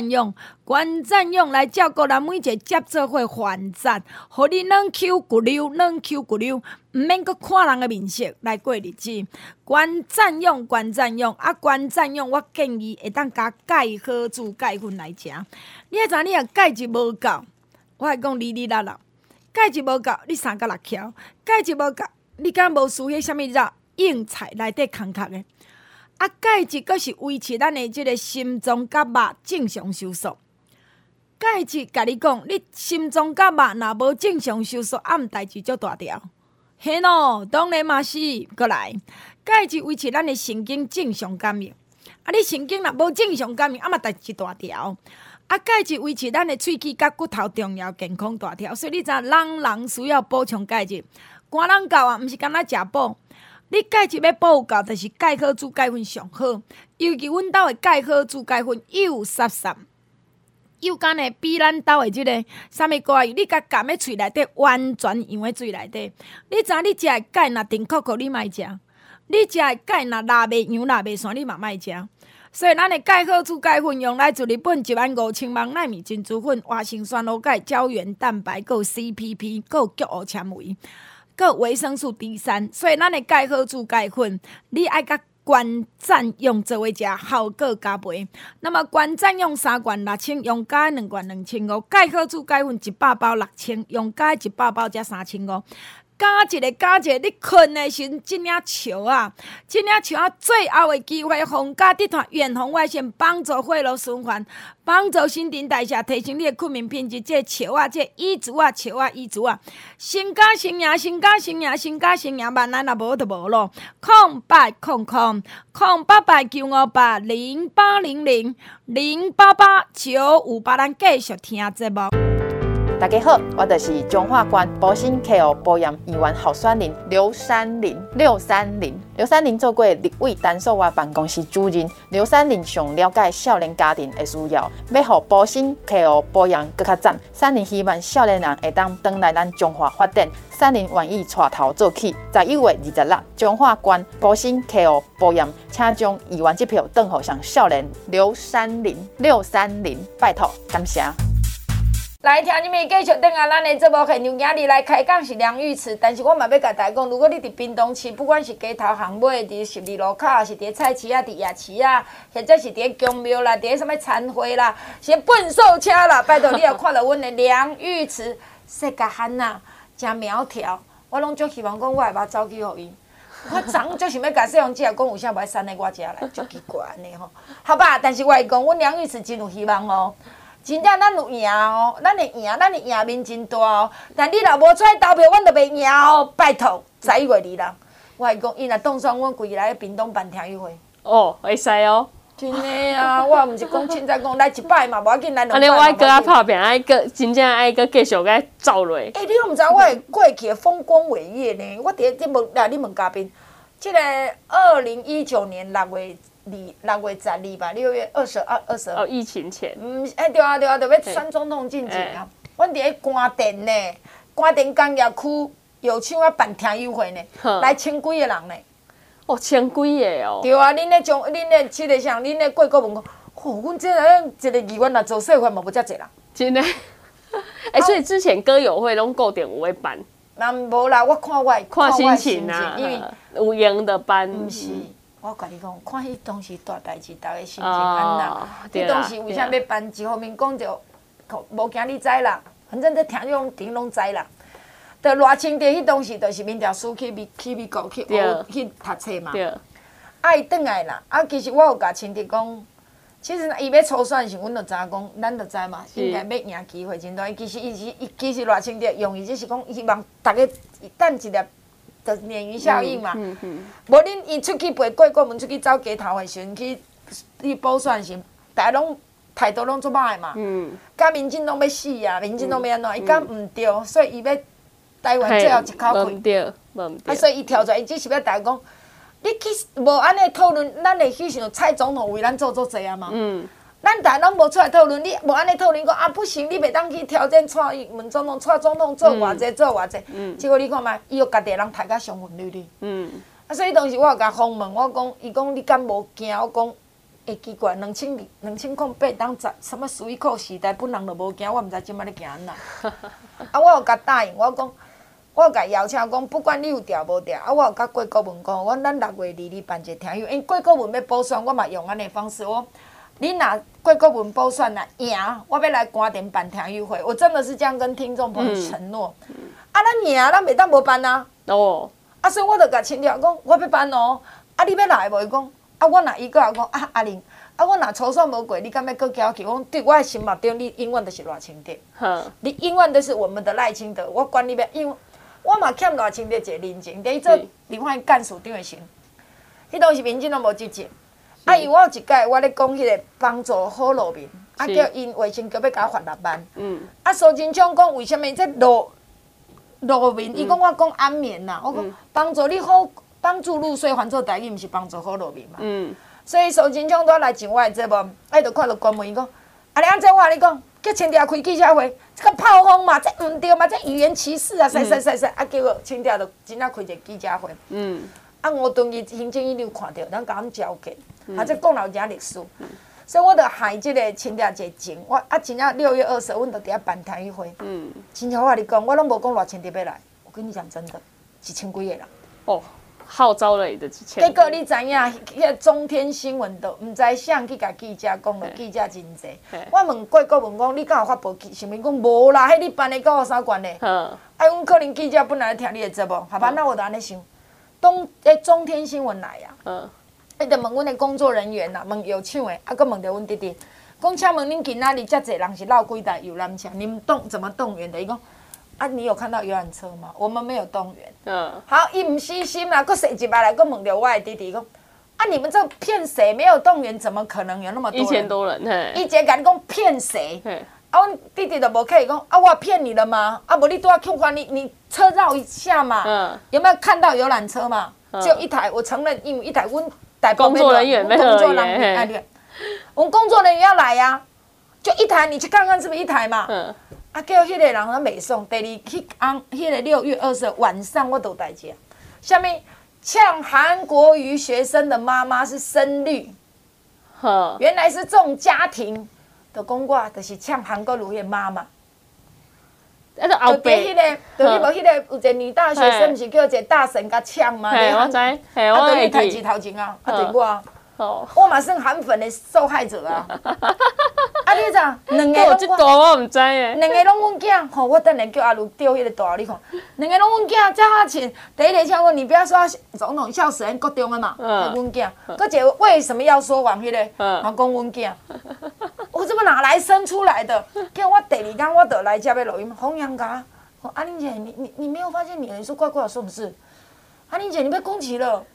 来照顾咱每一个接做伙还债，互你软 Q 骨溜，毋免搁看人的面色来过日子。关赞用，关赞用，我建议会当加钙好珠钙粉来食。你会知你若钙质无够，我会讲哩啦啦，钙质无够，你3到6条，钙质无够。你敢无输迄啥物硬菜内底空壳的？钙质阁是维持咱的即个心脏甲肉正常收缩。钙质甲你讲，你心脏甲肉若无正常收缩，毋代志足大条。嘿喏，当然嘛是。过来，钙质维持咱的神经正常感应。你神经若无正常感应，嘛代志大条。钙质维持咱的喙齿甲骨头重要健康大条，所以你知人需要补充钙质。寒人够毋是干那食补，你钙质要补够，就是钙好珠钙粉上好。尤其阮兜的钙好珠钙粉又湿湿，又干的比咱兜的即个啥物歌，你甲含在喙内底，完全用在水内底。你知你食的钙若甜酷酷，你莫食；你食的钙若辣袂羊、辣袂酸，你嘛莫食。所以咱的钙好珠钙粉用来自日本15000万纳米珍珠粉、活性酸卤钙、胶原蛋白，还有 CPP， 还有谷物纤维。还有维生素 D3， 所以咱的钙好珠钙粉，你爱甲关赞用做伙食，效果加倍。那么关赞用3罐6000，用加2罐2500，钙好珠钙粉100包6000，用加100包才3500。加一个，你困的时阵，这领树啊，最后的机会，防加地团远红外线，帮助血路循环，帮助新陈代谢，提升你的睡眠品质。这树啊，这椅子啊，成家成业，万难若无就无咯。08000889580800088958，咱继续听节目。 大家好，我就是彰化县保心 KO 保养议员候选人刘三林。刘三林做过立委单数外办公室主任。刘三林上了解少年家庭的需要，要让保心 KO 保养更较赞。三林希望少年人会当回来咱彰化发展。三林愿意带头做起。11月26日，彰化县保心 KO 保养，请将议员这票转予上少年刘三林，拜托，感谢。 来听你们继续等下咱的节目现场，今日来开讲是良玉池，但是我嘛要甲大家讲，如果你伫屏东市，不管是街头巷尾，伫12路口，是伫菜市啊，伫夜市啊，或者是伫宫庙啦，伫什么餐会啦，是笨兽车啦，拜托你要看到阮的良玉池，细甲汉啊，真苗条，我拢足希望讲我会把走去互伊。我昨就想要甲细红姐讲有啥袂送来我遮来，足奇怪安尼吼，好吧？但是我会讲，阮良玉池真有希望哦。真正咱有赢哦，咱会赢面真大哦。但你若无出来投票，阮就袂赢哦。拜托，11月2日，我会讲，伊若当选，阮规日来屏东办听友会。 哦，会使哦。 真的啊，我毋是讲凊彩讲来一摆嘛，无要紧来两摆。 安尼我爱搁较拍拼，爱搁真正爱搁继续该走落。 你都毋知我的过去的丰功伟业呢？我伫节目来你问嘉宾，即个2019年6月12吧，6月22。 哦，疫情前。 对啊，就要选总统进前啊。阮伫咧关电呢，关电工业区有请我办听友会呢，来10几个人呢。 哦，10几个哦。 对啊，恁咧七个像恁咧过国文讲，阮这一个议员若做社会嘛无遮济人。 真的。所以之前歌友会拢固定有会办。 无啦，我看心情啊， 因为有闲的办。 毋是，我甲你讲，看迄当时大代志，大家心情安那。迄当时为啥要办？一方面讲着，无惊你知啦，反正这听众顶拢知啦。着赖清德迄当时就是民调输去美国去读册嘛。伊转来啦，其实我有甲清德讲，其实伊要初选时，阮就知讲，咱就知嘛，应该要赢机会真大。其实赖清德用意只是讲，希望大家等一粒，就鲶鱼效应嘛。无恁伊出去陪过国门出去走街头的时阵，去补选时，大家拢态度拢足歹嘛。甲民进党要死啊，民进党要安怎？伊讲毋对，所以伊要台湾最后一口气。所以伊跳出来，伊只是要大家讲。你去无安尼讨论，咱会去想蔡总统为咱做侪啊嘛？咱大家拢无出来讨论，你无安尼讨论讲啊不行，你袂当去挑战蔡文总统、蔡总统做偌济做偌济。结果你看嘛，伊又家己人抬甲上分率。所以当时我有甲访问，我讲，伊讲你敢无惊？我讲会奇怪，2008当什么水库时代，本人就无惊，我毋知即摆咧惊安那。我有甲答应，我讲。我甲邀请讲，不管你有调无调，我有甲郭国文讲，咱6月2日办一个听友，因为郭国文要补选，我嘛用安尼方式。你若郭国文补选若赢，我要来关店办听友会。我真的是这样跟听众朋友承诺。咱赢，咱袂当无办啊。所以我就甲清调讲，我要办哦。你要来无？伊讲，我若伊个讲阿玲，我若初选无过，你敢要搁交去？我讲对我的心目中，你永远都是赖清德。你永远都是我们的赖清德。我管你要，因为。我嘛欠赖清德一个人情，第一做立法院干事长的时，迄当时民进党无执政，因为我有一届我咧讲迄个帮助好路面，叫因卫生局要甲我罚6万。苏贞昌讲为什么这路面？伊讲我讲安眠啦，我讲帮助你好，帮助入睡还做台语，毋是帮助好路面嘛。所以苏贞昌拄来上我的节目，就看到官媒伊讲，你安怎我你讲？叫清调开记者会，这个炮轰嘛，这毋对嘛，这语言歧视啊，谁，结果清调就真正开一个记者会。吴敦义行政院长看到，咱甲阮交给，这讲老家历史，所以我就害这个清调一个情。我真正6月20，阮就伫遐办听友会。真正我甲你讲，我拢无讲赖清德要来，我跟你讲真的，1000几个人。 号召了伊就1000。 结果你知影，迄个中天新闻都毋知谁去甲记者讲了，记者真济。我问郭国文讲，你敢有发布新闻？讲无啦，迄你办的跟我啥关系？阮可能记者本来听你的节目，好吧？那我就安尼想，中天新闻来啊。伊就问阮的工作人员啦，问有抢的，搁问着阮弟弟，讲请问恁今仔日遮济人是绕几台游览车？你们怎么动员的？伊讲。你有看到游览车吗？我们没有动员。好，伊唔死心啦，佫洗一摆来，佫问着我的弟弟讲，你们这骗谁？没有动员，怎么可能有那么多人 ？1000多人， 伊直接甲你讲骗谁？阮弟弟就无客气讲，我骗你了吗？无你拄仔去看你车绕一下嘛？有没有看到游览车嘛？只有一台，我承认，因为一台阮台工作人员， 工作人员，我们工作人员要来呀，就一台，你去看看是不是一台嘛？叫迄个人他袂爽。第二，迄个6月20晚上，我都代志啊。下面呛韩国瑜学生的妈妈是深绿，原来是这种家庭的讲我，就是呛韩国瑜的妈妈。就伫迄个，就你无迄个有一个女大学生，毋是叫一个大神甲呛吗？ 我知，我会记。台字头前啊，对我。我嘛算韩粉的受害者啊！你咋两个拢我唔知诶， 两个拢阮囝，我等下叫阿如调迄个大，你看，两个拢阮囝，这下钱第一个请问你不要说总统笑死人国中的嘛，阮囝，搁一个为什么要说谎迄个，讲阮囝，我这么哪来生出来的？叫我第二天我就来这要录音，洪阳哥，玲姐，你没有发现你人说怪怪的，是不是？玲姐，你被攻击了。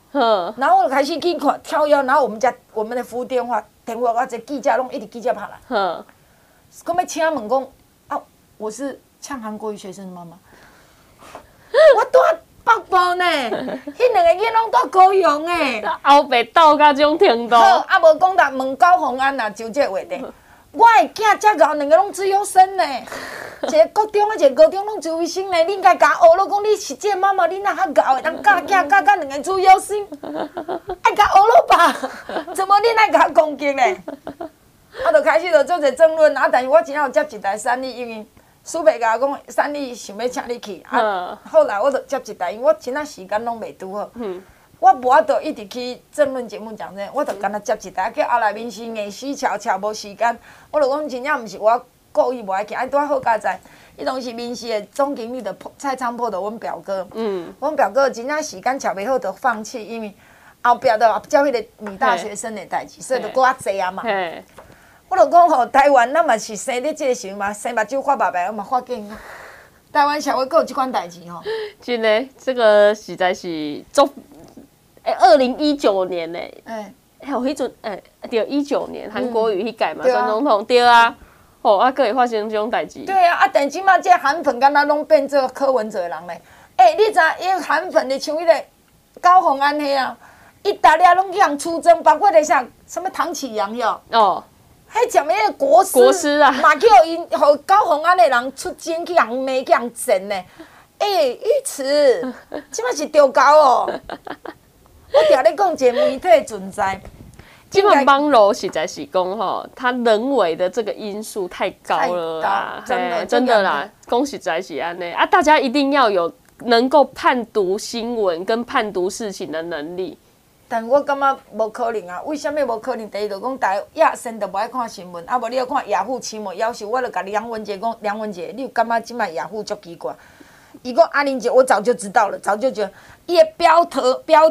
然后我就开始去看跳跃，然后我们的服务电话我这记者拢一直记者拍来，讲要请问讲啊，我是呛韩国语学生的妈妈，我住北部呢，迄两个囡拢住高雄诶， 后背斗到这种程度。 好，啊无讲啦，问高鸿安啦，就这个话题。我的囝遮后两个拢自由生呢，一个国中啊，一个高中拢自由生呢。你应该甲我学了，讲你是这妈妈，你哪较教会当教囝教两个自由生？爱甲学了吧？怎么你哪甲攻击呢？啊，就开始就做者争论啊，但是我真正有接一台3立，因为苏北甲我讲3立想要请你去啊。后来我就接一台，因为我真仔时间拢袂拄好。我无法度一直去政论节目讲这，我就干那接一台，叫后来面是硬死瞧无时间，我就讲真正毋是我故意无爱去，拄仔好佳哉，伊拢是面试的总经理的蔡昌波的阮表哥，阮表哥真正时间瞧袂好，就放弃，因为后壁就照迄个女大学生的代志，所以就搁较济啊嘛。我就讲吼，台湾咱嘛是生伫即个时嘛，生目睭发白白，嘛发紧。台湾社会搁有即款代志吼。 真的，这个实在是足。2019年呢，有迄阵对19年韩国瑜迄届嘛，选总统对啊，啊，佫会发生这种代志。 对啊，但即马这韩粉敢若拢变做柯文哲的人咧。你知伊韩粉就像迄个高虹安迄啊，伊大家拢去人出征，包括那啥什么唐启阳哟。迄讲迄个国师啊，嘛叫因互高虹安的人出征去人骂去人整呢。玉慈，即马是丢高哦。我常咧讲，一个媒体的存在， 基本网络实在是讲吼，它人为的这个因素太高了啦，真的啦，讲实在是安尼啊，大家一定要有能够判读新闻跟判读事情的能力。 但我感觉无可能啊！为什么无可能？第一就讲大亚先就无爱看新闻，啊无你要看雅虎新闻要求，我就甲梁文杰讲，梁文杰，你有感觉即摆雅虎足奇怪？伊讲阿玲姐，我早就知道了，早就觉得伊的标题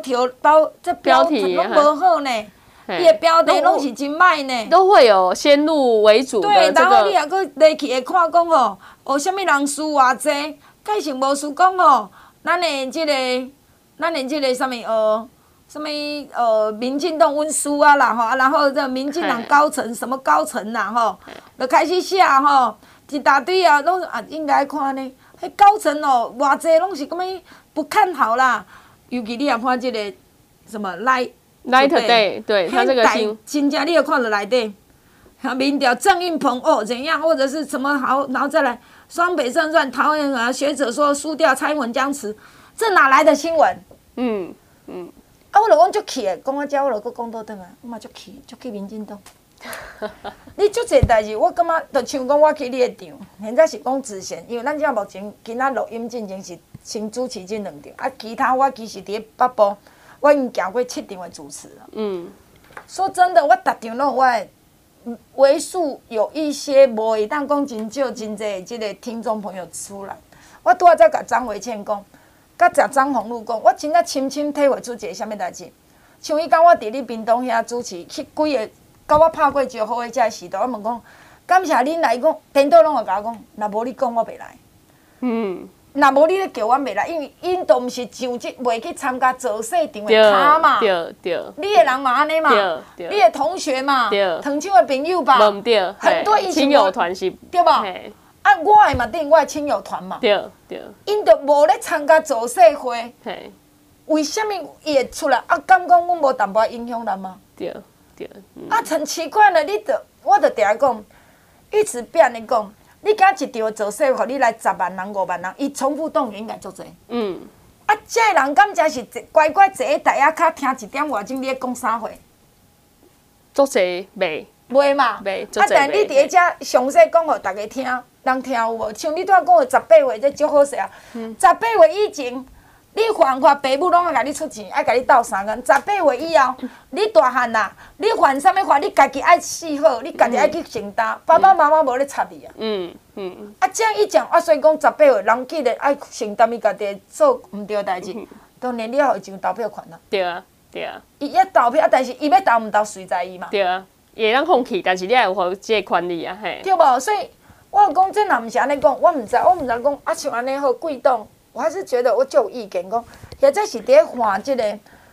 拢无好呢，伊的标题拢是真歹呢， 都会有先入为主的对，然后你也搁入去会看讲吼，啥物人输偌济，介绍无输讲吼，咱的即个啥物民进党阮输啊啦吼，然后这民进党高层什么高层啦吼，就开始写吼，一大堆啊，拢应该看呢。迄高层哦，偌济拢是咁样不看好啦。尤其你也看这个什么Light Today， 对，他这个真正你也看到内底，民调郑运鹏怎样，或者是什么好，然后再来双北胜算，桃园啊学者说输掉蔡英文僵持，这哪来的新闻？我就讲足气的，讲到遮我就搁讲倒转来，我嘛足气民进党。你足侪代志，我感觉就像讲我去你的场，现在是讲之前，因为咱遮目前今仔录音进前是先主持这2场，啊，其他我其实伫北部，我已经行过7场的主持了。说真的，我逐场拢有我的为数有一些无会当讲真少真侪即个听众朋友出来。我拄仔才甲张维倩讲，甲张宏禄讲，我真正深深体会出一个啥物代志。像伊讲我伫你屏东遐主持，去几个。甲我拍过招呼的这时代，我问讲，感谢恁来讲，颠倒拢会甲我讲，若无你讲我袂来。若无你咧叫我袂来，因为因都毋是上即袂去参加造势场的卡嘛。 对。 你的人嘛安尼嘛，你的同学嘛，藤青的朋友吧， 无对， 很多以前亲友团是对吧？啊，我的嘛等我的亲友团嘛。 对。 因都无咧参加造势会，为什么伊会出来？啊，敢讲阮无淡薄影响人吗？ 对。 很奇怪呢，我就定讲，一直变咧讲，你敢一场造势，互你来10万人、5万人，伊重复动员应该足济。这个人敢真是乖乖坐喺台下骹听1点外钟，你咧讲啥货？ 足济袂嘛？ 袂， 但你伫遮详细讲互大家听，人听有无？像你拄仔讲的18岁，这足好势啊！18岁以前。你犯法，爸母拢爱甲你出钱，爱甲你斗3工。18岁以后，你大汉啦，你犯啥物法，你家己爱试好，你家己爱去承担。爸爸妈妈无咧插你啊。这样一讲，所以讲18岁人既然爱承担伊家己做毋对代志，当然你要互伊张投票权啦。 对啊。 伊要投票，但是伊要投毋投随在伊嘛。 对啊，会当放弃，但是你也有互即个权利啊，嘿。 对无？所以我讲这若毋是安尼讲，我毋知讲像安尼好贵党。我还是觉得我就有意见讲，现在是伫咧换即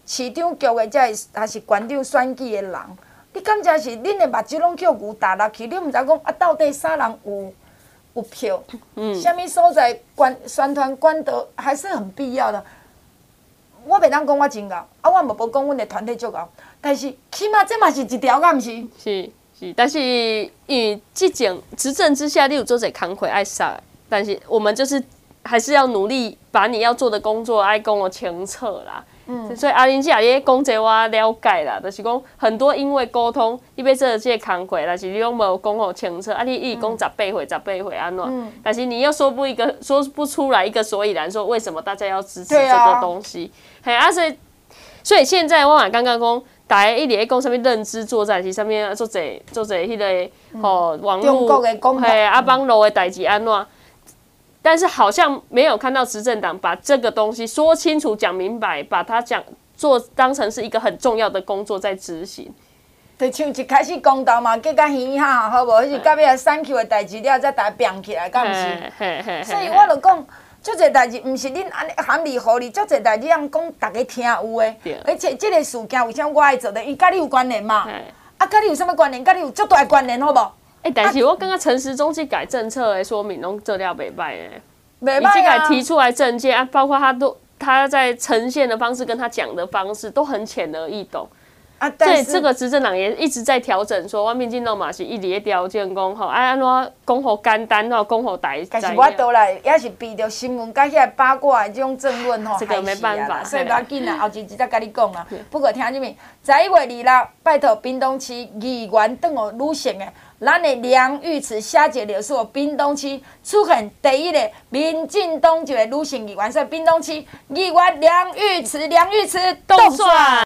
市长局的才是还是县长选举的人，你敢真是恁的目睭拢叫牛踏落去，你毋知讲啊到底啥人有票？啥物所在宣传管道还是很必要的。我袂当讲我真敖，啊，我嘛无讲阮的团队足敖，但是起码这嘛是一条，敢毋是？ 是，但是因为即种执政之下，你有做者工课爱杀，但是我们就是还是要努力把你要做的工作爱讲我清楚啦。所以阿玲姐你讲这我了解啦，就是讲很多因为沟通，你要做这个工课，但是你拢无讲好清楚，啊，你一讲18岁安怎？但是你又说不出来一个所以然，说为什么大家要支持这个东西？嘿啊，所以现在我嘛刚刚讲，大家一直在讲什么认知作战是啥物，做者迄个网络嘿啊网络的代志安怎？但是好像没有看到执政党把这个东西说清楚、讲明白，把它当成是一个很重要的工作在执行。 就像一开始公道嘛，结甲嘻哈，好无？迄是到尾选举的代志了，才大家拼起来，敢毋是？所以我就讲，足侪代志毋是恁安尼含哩糊哩，足侪代志通讲大家听有诶。而且这个事件为啥我爱做的？因为甲你有关联嘛。啊，甲你有啥物关联？甲你有足大关联，好无？ 但是我感觉陈时中去改政策的说明拢做了袂歹诶， 袂歹啊！ 你改提出来政见啊，包括他在呈现的方式跟他讲的方式都很浅而易懂。啊，所以这个执政党也一直在调整，说民进党嘛是一直在调整讲吼，安怎讲好简单吼，讲好大。 但是我倒来也是比着新闻甲遐八卦的这种争论吼， 这个没办法， 所以不要紧啦，后一集再甲你讲啦。不过听入面11月26，拜托屏东市议员等候女性的。咱的梁玉慈小姐就是我屏东区出现第一个民进党籍的女性议员，所以屏东区议员梁玉慈动算。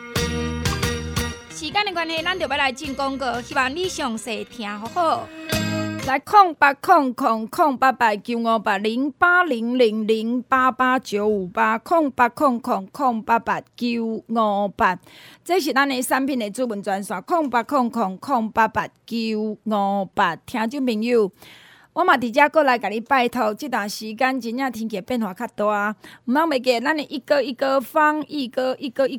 时间的关系，咱就要来进广告，希望你详细听好好。来08000958088958，08000958，这是咱的产品的主文专线0800095898，听众朋友。我嘛伫遮过来甲你拜托，这段时间真正天气变化较大，毋通袂记咱的一个方一个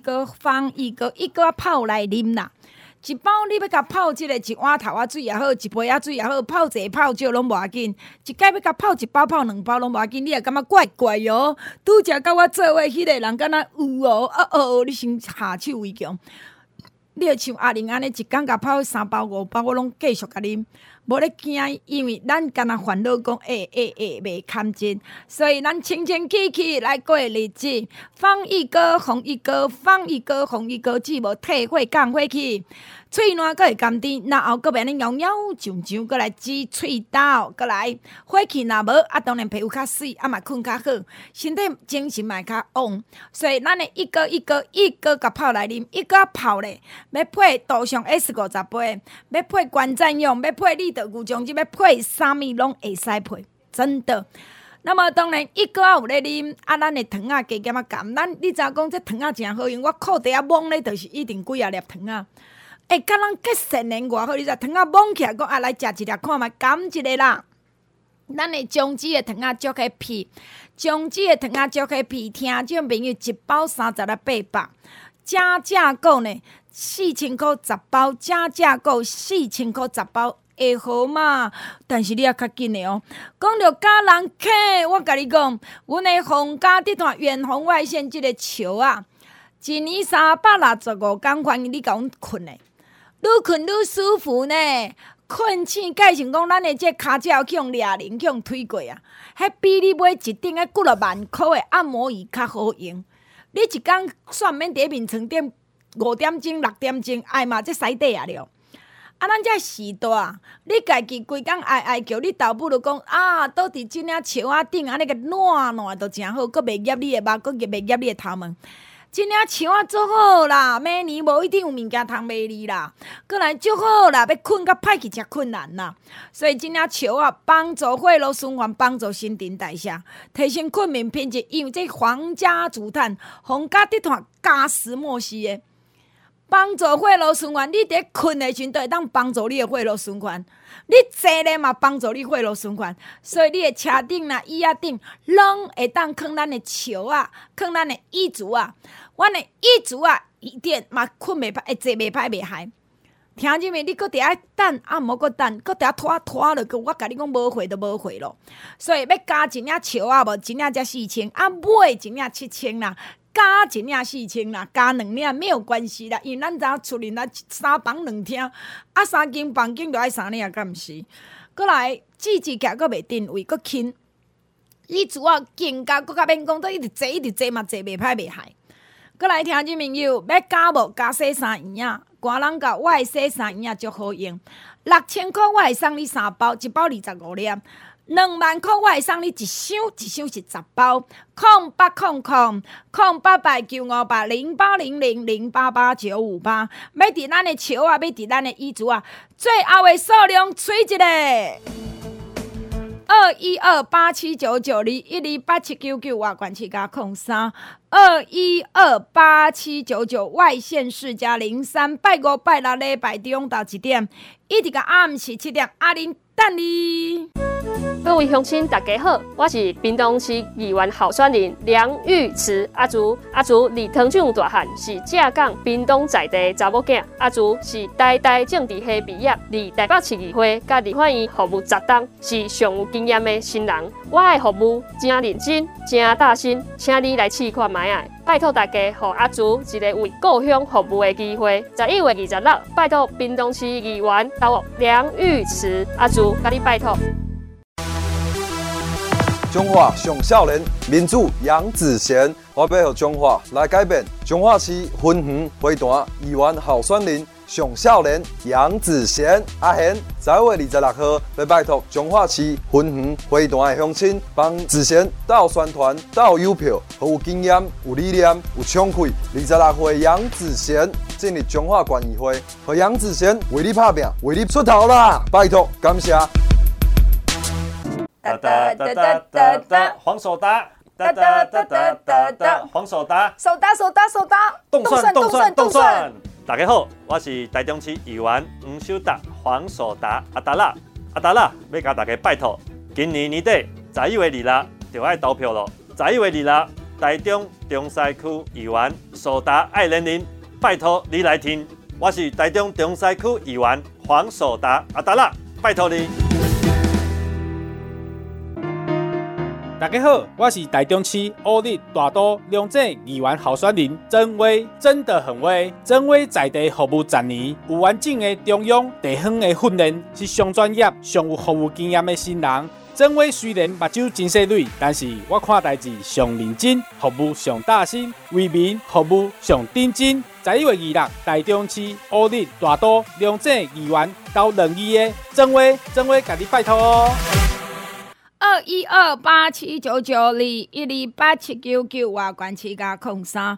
泡来啉啦。一包你要甲泡一碗头仔水也好，一杯仔水也好，泡济泡少拢无要紧。一摆要甲泡一包泡两包拢无要紧，你也感觉怪怪哦。拄则甲我做伙迄个人敢若有哦，你先下手为强。你会像阿玲安尼，一工甲泡3包5包，我拢继续甲啉。无咧惊，因为咱敢若烦恼讲袂堪真，所以咱清清气气来过日子。放一个红一个，放一个红一个，只无退火降火气。喙烂阁会甘甜，然后阁变咧摇摇上上，阁来煮喙刀，阁来火气若无，当然皮肤较水，嘛困较好，身体精神嘛较旺。所以咱的一个甲泡来啉，一个泡咧，要配杜尚 S50杯，要配关占用，要配利得牛浆汁，要配啥物拢会使配，真的。那么当然，一个有咧啉，咱的糖加减减咱你知讲这糖真好用，我裤底摸咧，就是一定几粒糖甲人结善缘偌好，你知糖摸起来讲来食一粒看觅，甘一个啦。咱的姜子的糖足起皮，姜子的糖足起皮，听众朋友一包3600，正购呢4000块10包，正购4000块10包。会好嘛？但是你也较紧的哦。讲到家人客，我甲你讲，阮的洪家这段远红外线这个树啊，一年365天，欢迎你甲阮困的，愈困愈舒服呢。困醒改成讲，咱的这骹脚去用抓铃，去用推过啊，迄比你买一顶几落万块的按摩椅较好用。你一工煞免伫面床顶5点钟、6点钟，哎嘛，这洗底啊了。咱这时代，你家己规工哀叫，你倒不如讲倒伫即领树仔顶安尼个暖都真好，阁袂夹你的目，阁袂夹你的头毛。即领树仔足好啦，明年无一定有物件通卖你啦。阁来足好啦，要困较歹去诚困难啦。所以即领树仔帮助血路循环，帮助新陈代谢，提升睡眠品质。因为这皇家竹炭，皇家地毯加石墨烯的。 帮助血路循环，你伫困的时阵，就会当帮助你的血路循环。你坐咧嘛，帮助你血路循环。所以你的车顶啦、椅仔顶，拢会当放咱的树啊，放咱的椅子啊。阮的椅子啊，一点嘛困袂歹，会坐袂歹袂害。听入面，你搁伫遐等，啊，毋好搁等，搁伫遐拖落去。我甲你讲无货就无货咯。所以要加一领树啊，无一领才4000，啊，买一领7000啦。加一领4000啦，加2领没有关系啦，因为咱知厝里咱3房2厅，啊3间房间就爱3领，敢毋是？过来支架搁袂定位，搁轻。你主要更加搁较免讲，都一直坐嘛，坐袂歹袂害。过来听众朋友，要加无加洗衫衣啊？寒人甲我的洗衫衣啊，足好用。6000块我会送你3包，一包25粒。2万块，我会送你一箱是10包。0800-958-0800-0800-088-958，要伫咱的树啊，要伫咱的椅子啊，最后的数量吹一个。212879921287799外管气加03 2128799外县市加03拜5拜6礼拜中到1点，一直到暗时7点，阿玲等你。 各位乡亲，大家好，我是屏东市议员候选人梁玉慈阿竹。阿竹离糖厂大汉，是正港屏东在地查某囝。阿竹是台大政治系毕业，离台北市议会甲立法院服务10档，是上有经验的新人。我的服务真认真，真大心，请你来试看卖啊！拜托大家，给阿竹一个为故乡服务的机会。11月26，拜托屏东市议员投梁玉慈阿竹，甲你拜托。 中华上少年民主杨子贤，我要让中华来改变。中华市分园花坛议员候选人上少年杨子贤阿贤，11月26号要拜托中华市分园花坛的乡亲，帮子贤斗宣传、斗邮票，和有经验、有理念、有创气。26岁杨子贤进入中华县议会，和杨子贤为你拍拼，为你出头啦！拜托，感谢。 哒哒哒哒哒哒，黄手打，哒哒哒哒哒哒，黄手打， 手打， 动算。大家好，我是台中市议员黄守达，黄手打阿达拉，要甲大家拜托，今年年底11月26就爱投票咯。11月26，台中中西区议员手打爱人林，拜托你来听，我是台中中西区议员黄手达阿达拉，拜托你。 大家好，我是台中市乌日大都两镇议员候选人曾威，真的很威。曾威在地服务10年，有完整的中央地方的训练，是上专业、上有服务经验的新人。曾威虽然目睭真细蕊，但是我看代志上认真，服务上大心，为民服务上认真。11月26，台中市乌日大都两镇议员投2亿的曾威，甲你拜托哦。 212879921287799外管气加03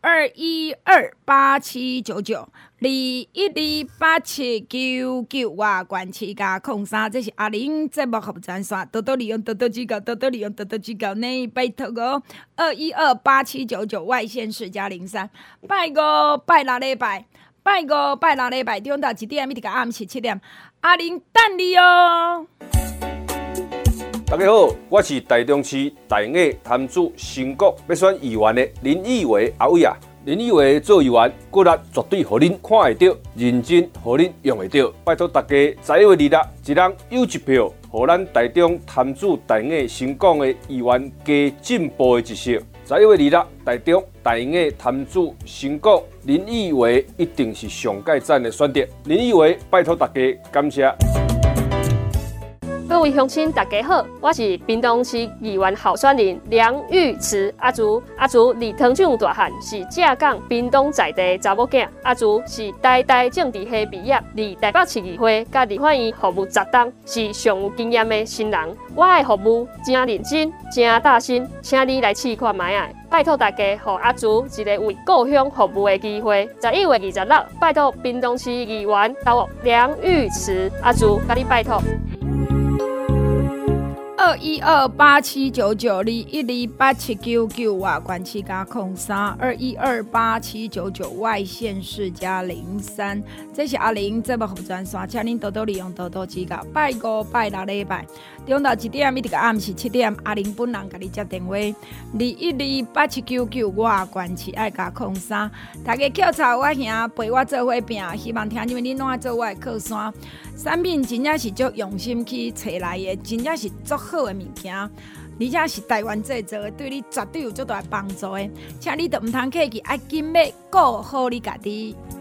212879921287799外管气加03，这是阿玲节目服务专线，多多利用，多多指教，你拜托哦。2128799外县市加03，拜5拜6礼拜。拜5拜6礼拜中到1点，一直到暗时7点，阿玲等你哦。 大家好，我是台中市大雅潭子新国要选议员的林义伟阿伟啊。林义伟做议员，骨力绝对互恁看会到，认真互恁用会到。拜托大家11月26，一人有一票，互咱台中潭子大雅新港的议员加进步的一色。11月26，台中大雅潭子新港林义伟一定是上界赞的选择。林义伟，拜托大家，感谢。 各位乡亲，大家好，我是屏东市议员候选人梁玉慈阿竹。阿竹离糖厂大汉，是正港屏东在地查某囝。阿竹是台大政治系毕业，离台北市议会甲立法院服务10档，是上有经验的新人。我的服务真认真，真大心，请你来试看卖啊！拜托大家，给阿竹一个为故乡服务的机会。11月26，拜托屏东市议员投梁玉慈阿竹，甲你拜托。 212879921287799外关市加03，2128799外县市加03。这是阿玲节目服务专线，请您多多利用，多多指教。拜5、拜6礼拜，中昼1点一直到暗时7点，阿玲本人甲你接电话，2128799外关市爱加03。大家捡草我兄陪我做伙拼，希望听你们恁拢爱做我的靠山。产品真正是足用心去找来的，真正是足好的物件，而且是台湾制作的，对你绝对有足大帮助的。请你都唔通客气，爱紧要顾好你家己。